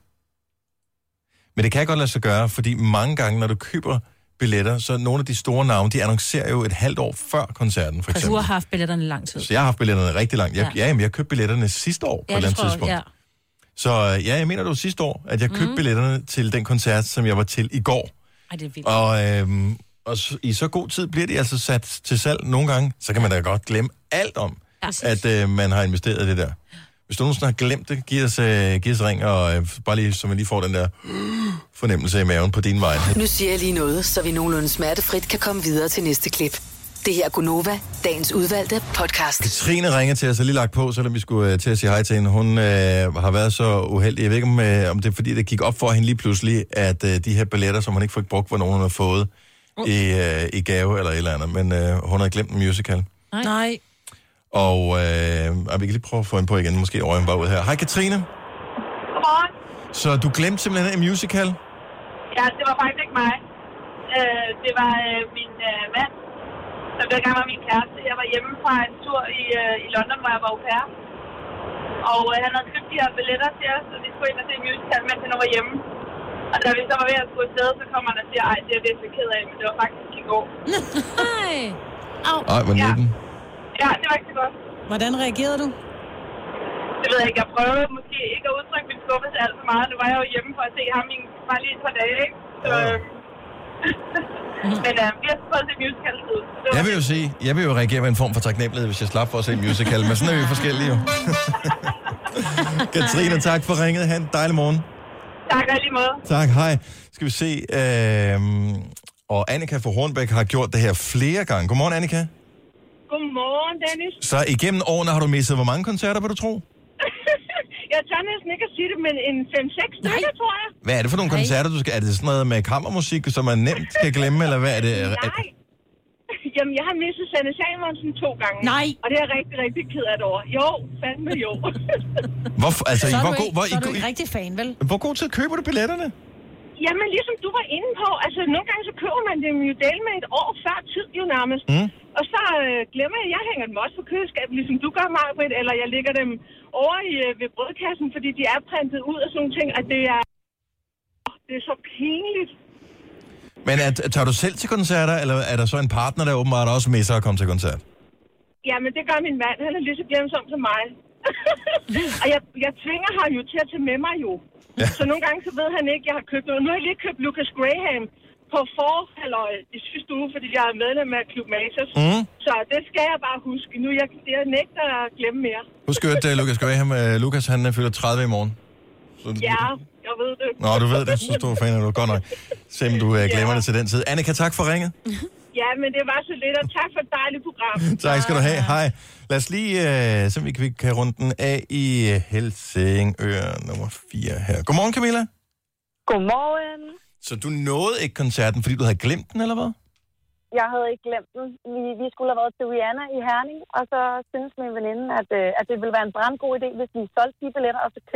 Men det kan jeg godt lade sig gøre, fordi mange gange, når du køber billetter, så nogle af de store navne, de annoncerer jo et halvt år før koncerten, for eksempel. Du har haft billetterne lang tid. Så jeg har haft billetterne rigtig lang. Jeg købte billetterne sidste år på et eller andet tidspunkt. Så jeg mener det var sidste år, at jeg købte billetterne til den koncert, som jeg var til i går. Ej, det er vildt. Og i så god tid bliver de altså sat til salg nogle gange, så kan man da godt glemme alt om, at man har investeret i det der. Hvis du nogensinde har glemt det, giv os ring, og bare lige, så man lige får den der fornemmelse i maven på din vej. Nu siger jeg lige noget, så vi nogenlunde smertefrit kan komme videre til næste klip. Det her er Gunova, dagens udvalgte podcast. Katrine ringer til os og lige lagt på, selvom vi skulle til at sige hej til hende. Hun har været så uheldig. Jeg ved ikke, om det er fordi, det gik op for hende lige pludselig, at de her billetter, som hun ikke fik brugt, var nogen, hun har fået i gave eller et eller andet. Men hun har glemt en musical. Nej. Og vi kan lige prøve at få hende på igen, måske over bare ud her. Hej Katrine. Godmorgen. Så du glemte simpelthen en musical? Ja, det var faktisk ikke mig. Det var min mand, der blev gang med min kæreste. Jeg var hjemme fra en tur i London, hvor jeg var au pair. Og han havde købt de her billetter til os, så vi skulle ind og se en musical, mens han var hjemme. Og da vi så var ved at skulle afsted, så kom han og siger, ej, det er jeg virkelig ked af, men det var faktisk i går. Ej, hvor nitten. Ja, det var ikke så godt. Hvordan reagerede du? Det ved jeg ikke. Jeg prøvede måske ikke at udtrykke min skuffelse alt for meget. Nu var jeg jo hjemme for at se ham bare lige et par dage, ikke? Så, men vi har prøvet at se musical ud. Jeg vil jo reagere med en form for taknemmelighed, hvis jeg slap for at se musical, men sådan er vi forskellige jo. Katrine, tak for ringet. Ha' en dejlig morgen. Tak, og lige måde. Tak, hej. Skal vi se. Og Annika fra Hornbæk har gjort det her flere gange. Godmorgen, Annika. Godmorgen, Dennis. Så igennem årene har du misset hvor mange koncerter, vil du tro? Jeg tør næsten ikke at sige det, men en 5-6 stykker, tror jeg. Hvad er det for nogle koncerter, du skal... Er det sådan noget med kammermusik, som man nemt skal glemme, eller hvad er det? Nej. Jamen, jeg har misset Sanne Samuelsen 2 gange. Nej. Og det er jeg rigtig, rigtig ked af det over. Jo, fandme jo. Hvorfor? Altså, så er du ikke rigtig fan, vel? Hvor god tid køber du billetterne? Jamen, ligesom du var inde på, altså nogle gange så køber man dem jo del med et år før tid jo nærmest. Og så glemmer jeg hænger dem også på køleskabet, ligesom du gør, Maj-Brit, eller jeg lægger dem over ved brødkassen, fordi de er printet ud og sådan nogle ting, at det er så pinligt. Men tager du selv til koncerter, eller er der så en partner, der åbenbart også misser at komme til koncert? Jamen, det gør min mand. Han er lige så glemsom som mig. Og jeg tvinger ham jo til at tage med mig jo. Ja. Så nogle gange så ved han ikke, at jeg har købt noget. Nu har jeg lige købt Lucas Graham på i sidste uge, fordi jeg er medlem af Club Matas. Så det skal jeg bare huske. Nu jeg nægter at glemme mere. Husk at Lucas Graham, Lucas han fylder 30 i morgen. Så ja, jeg ved det. Nå, du ved det. Så stor fan er du. Godt nok. Se om du glemmer det til den tid. Annika, tak for ringet. Ja, men det var så lidt, og tak for et dejligt program. Tak skal du have. Hej. Lad os lige se, om vi kan runde den af i Helsingør nummer 4 her. Godmorgen, Camilla. Godmorgen. Så du nåede ikke koncerten, fordi du havde glemt den, eller hvad? Jeg havde ikke glemt den. Vi skulle have været til Rihanna i Herning, og så synes min veninde, at det ville være en brandgod idé, hvis vi solgte de billetter, og så købte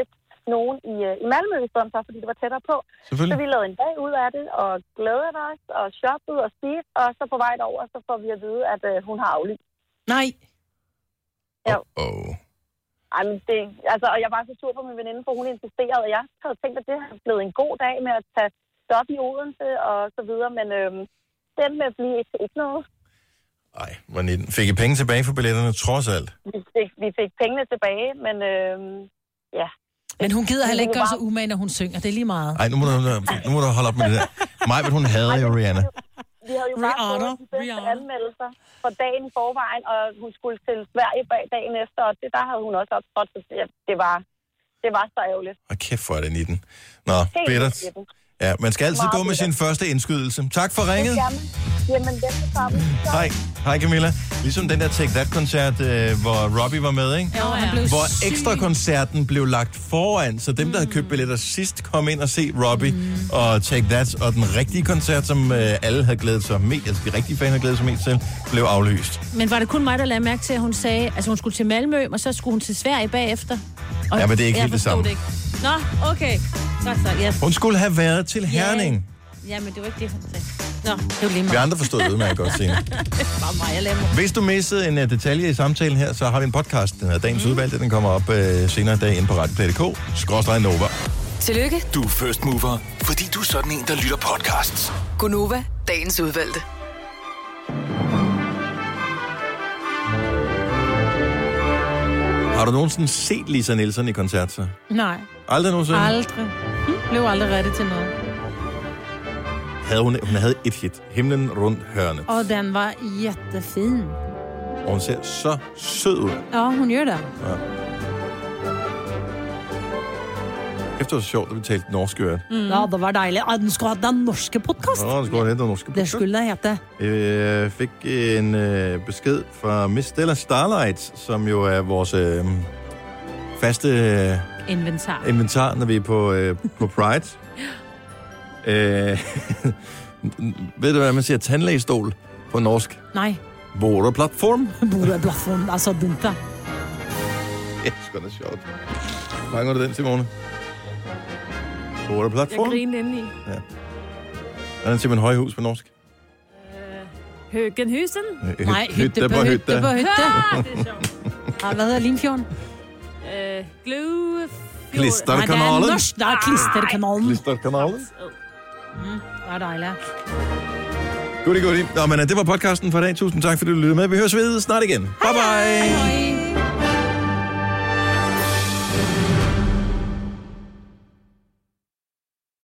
nogen i Malmø i stedet for, fordi det var tættere på. Så vi lavede en dag ud af det, og glædede os, og shoppede og spiste, og så på vej derover, så får vi at vide, at hun har aflyst. Nej. Ja. Ej, men det, altså, og jeg var så sur på min veninde, for hun insisterede, og jeg havde tænkt, at det havde blevet en god dag med at tage stop i Odense og så videre, men den med at blive ikke noget. Nej, fik I penge tilbage for billetterne, trods alt? Vi fik pengene tilbage, men ja. Men hun gider heller ikke gøre så umage, når hun synger. Det er lige meget. Nej, nu må du holde op med det der. Majbert, hun havde jo Rihanna. Vi havde jo bare fået de bedste anmeldelser for dagen i forvejen, og hun skulle til Sverige dagen efter, og der havde hun også optrådt, så det var så ærgerligt. Og kæft for det, 19. Nå, bittert. Ja, man skal altid gå med sin første indskydelse. Tak for ringet. Jamen, velkommen. Hej Camilla. Ligesom den der Take That-koncert, hvor Robbie var med, ikke? Ja, han blev hvor ekstra-koncerten blev lagt foran, så dem, der havde købt billetter sidst, kom ind og se Robbie og Take That, og den rigtige koncert, som alle havde glædet sig mest, altså de rigtige fans havde glædet sig mest til, blev aflyst. Men var det kun mig, der lagde mærke til, at hun sagde, altså hun skulle til Malmø, og så skulle hun til Sverige bagefter? Og ja, men det er ikke helt det samme. Det ikke. Nå, okay. Godt så, yes. Hun skulle have været til Herning. Ja, men det var ikke det, hun sagde. Nå, det var lige meget. Vi andre forstod det udmærket godt senere. Bare mig, jeg lader mig. Hvis du missede en detalje i samtalen her, så har vi en podcast, den hedder Dagens Udvalgte. Den kommer op senere i dag inde på radioplay.dk/Nova. Tillykke. Du er first mover, fordi du er sådan en, der lytter podcasts. Gunova, Dagens Udvalgte. Har du nogensinde set Lisa Nielsen i koncert så? Nej. Aldrig nogensinde? Aldrig. Blev aldrig rettet til noget. Hun havde et hit. Himlen rundt hørnet. Og den var jättefin. Og hun ser så sød ud. Ja, hun gør det. Ja. Efter det var så sjovt, at vi talte norsk øret. Ja, det var dejligt. Og den skulle have den norske podcast. Ja, den skulle have den norske podcast. Det skulle det hette. Jeg fik en besked fra Miss Stella Starlight, som jo er vores faste inventar, når vi er på Pride. Ved du, hvad man siger? Tandlægestol på norsk? Nej. Borderplatform? Borderplatform, altså den der. Ja, det er da sjovt. Fanger du den, Simone? Borderplatform? Jeg griner indeni. Ja. Hvordan siger man højhus på norsk? Høgenhusen? Nej, hytte på hytte. Det er sjovt. Hvad hedder Limfjorden? Klisterkanalen. Nej, Klisterkanalen. Klisterkanalen. Det er dejligt. Goodie. Nå, men det var podcasten for i dag. Tusind tak, fordi du lyttede med. Vi høres ved snart igen. Bye bye.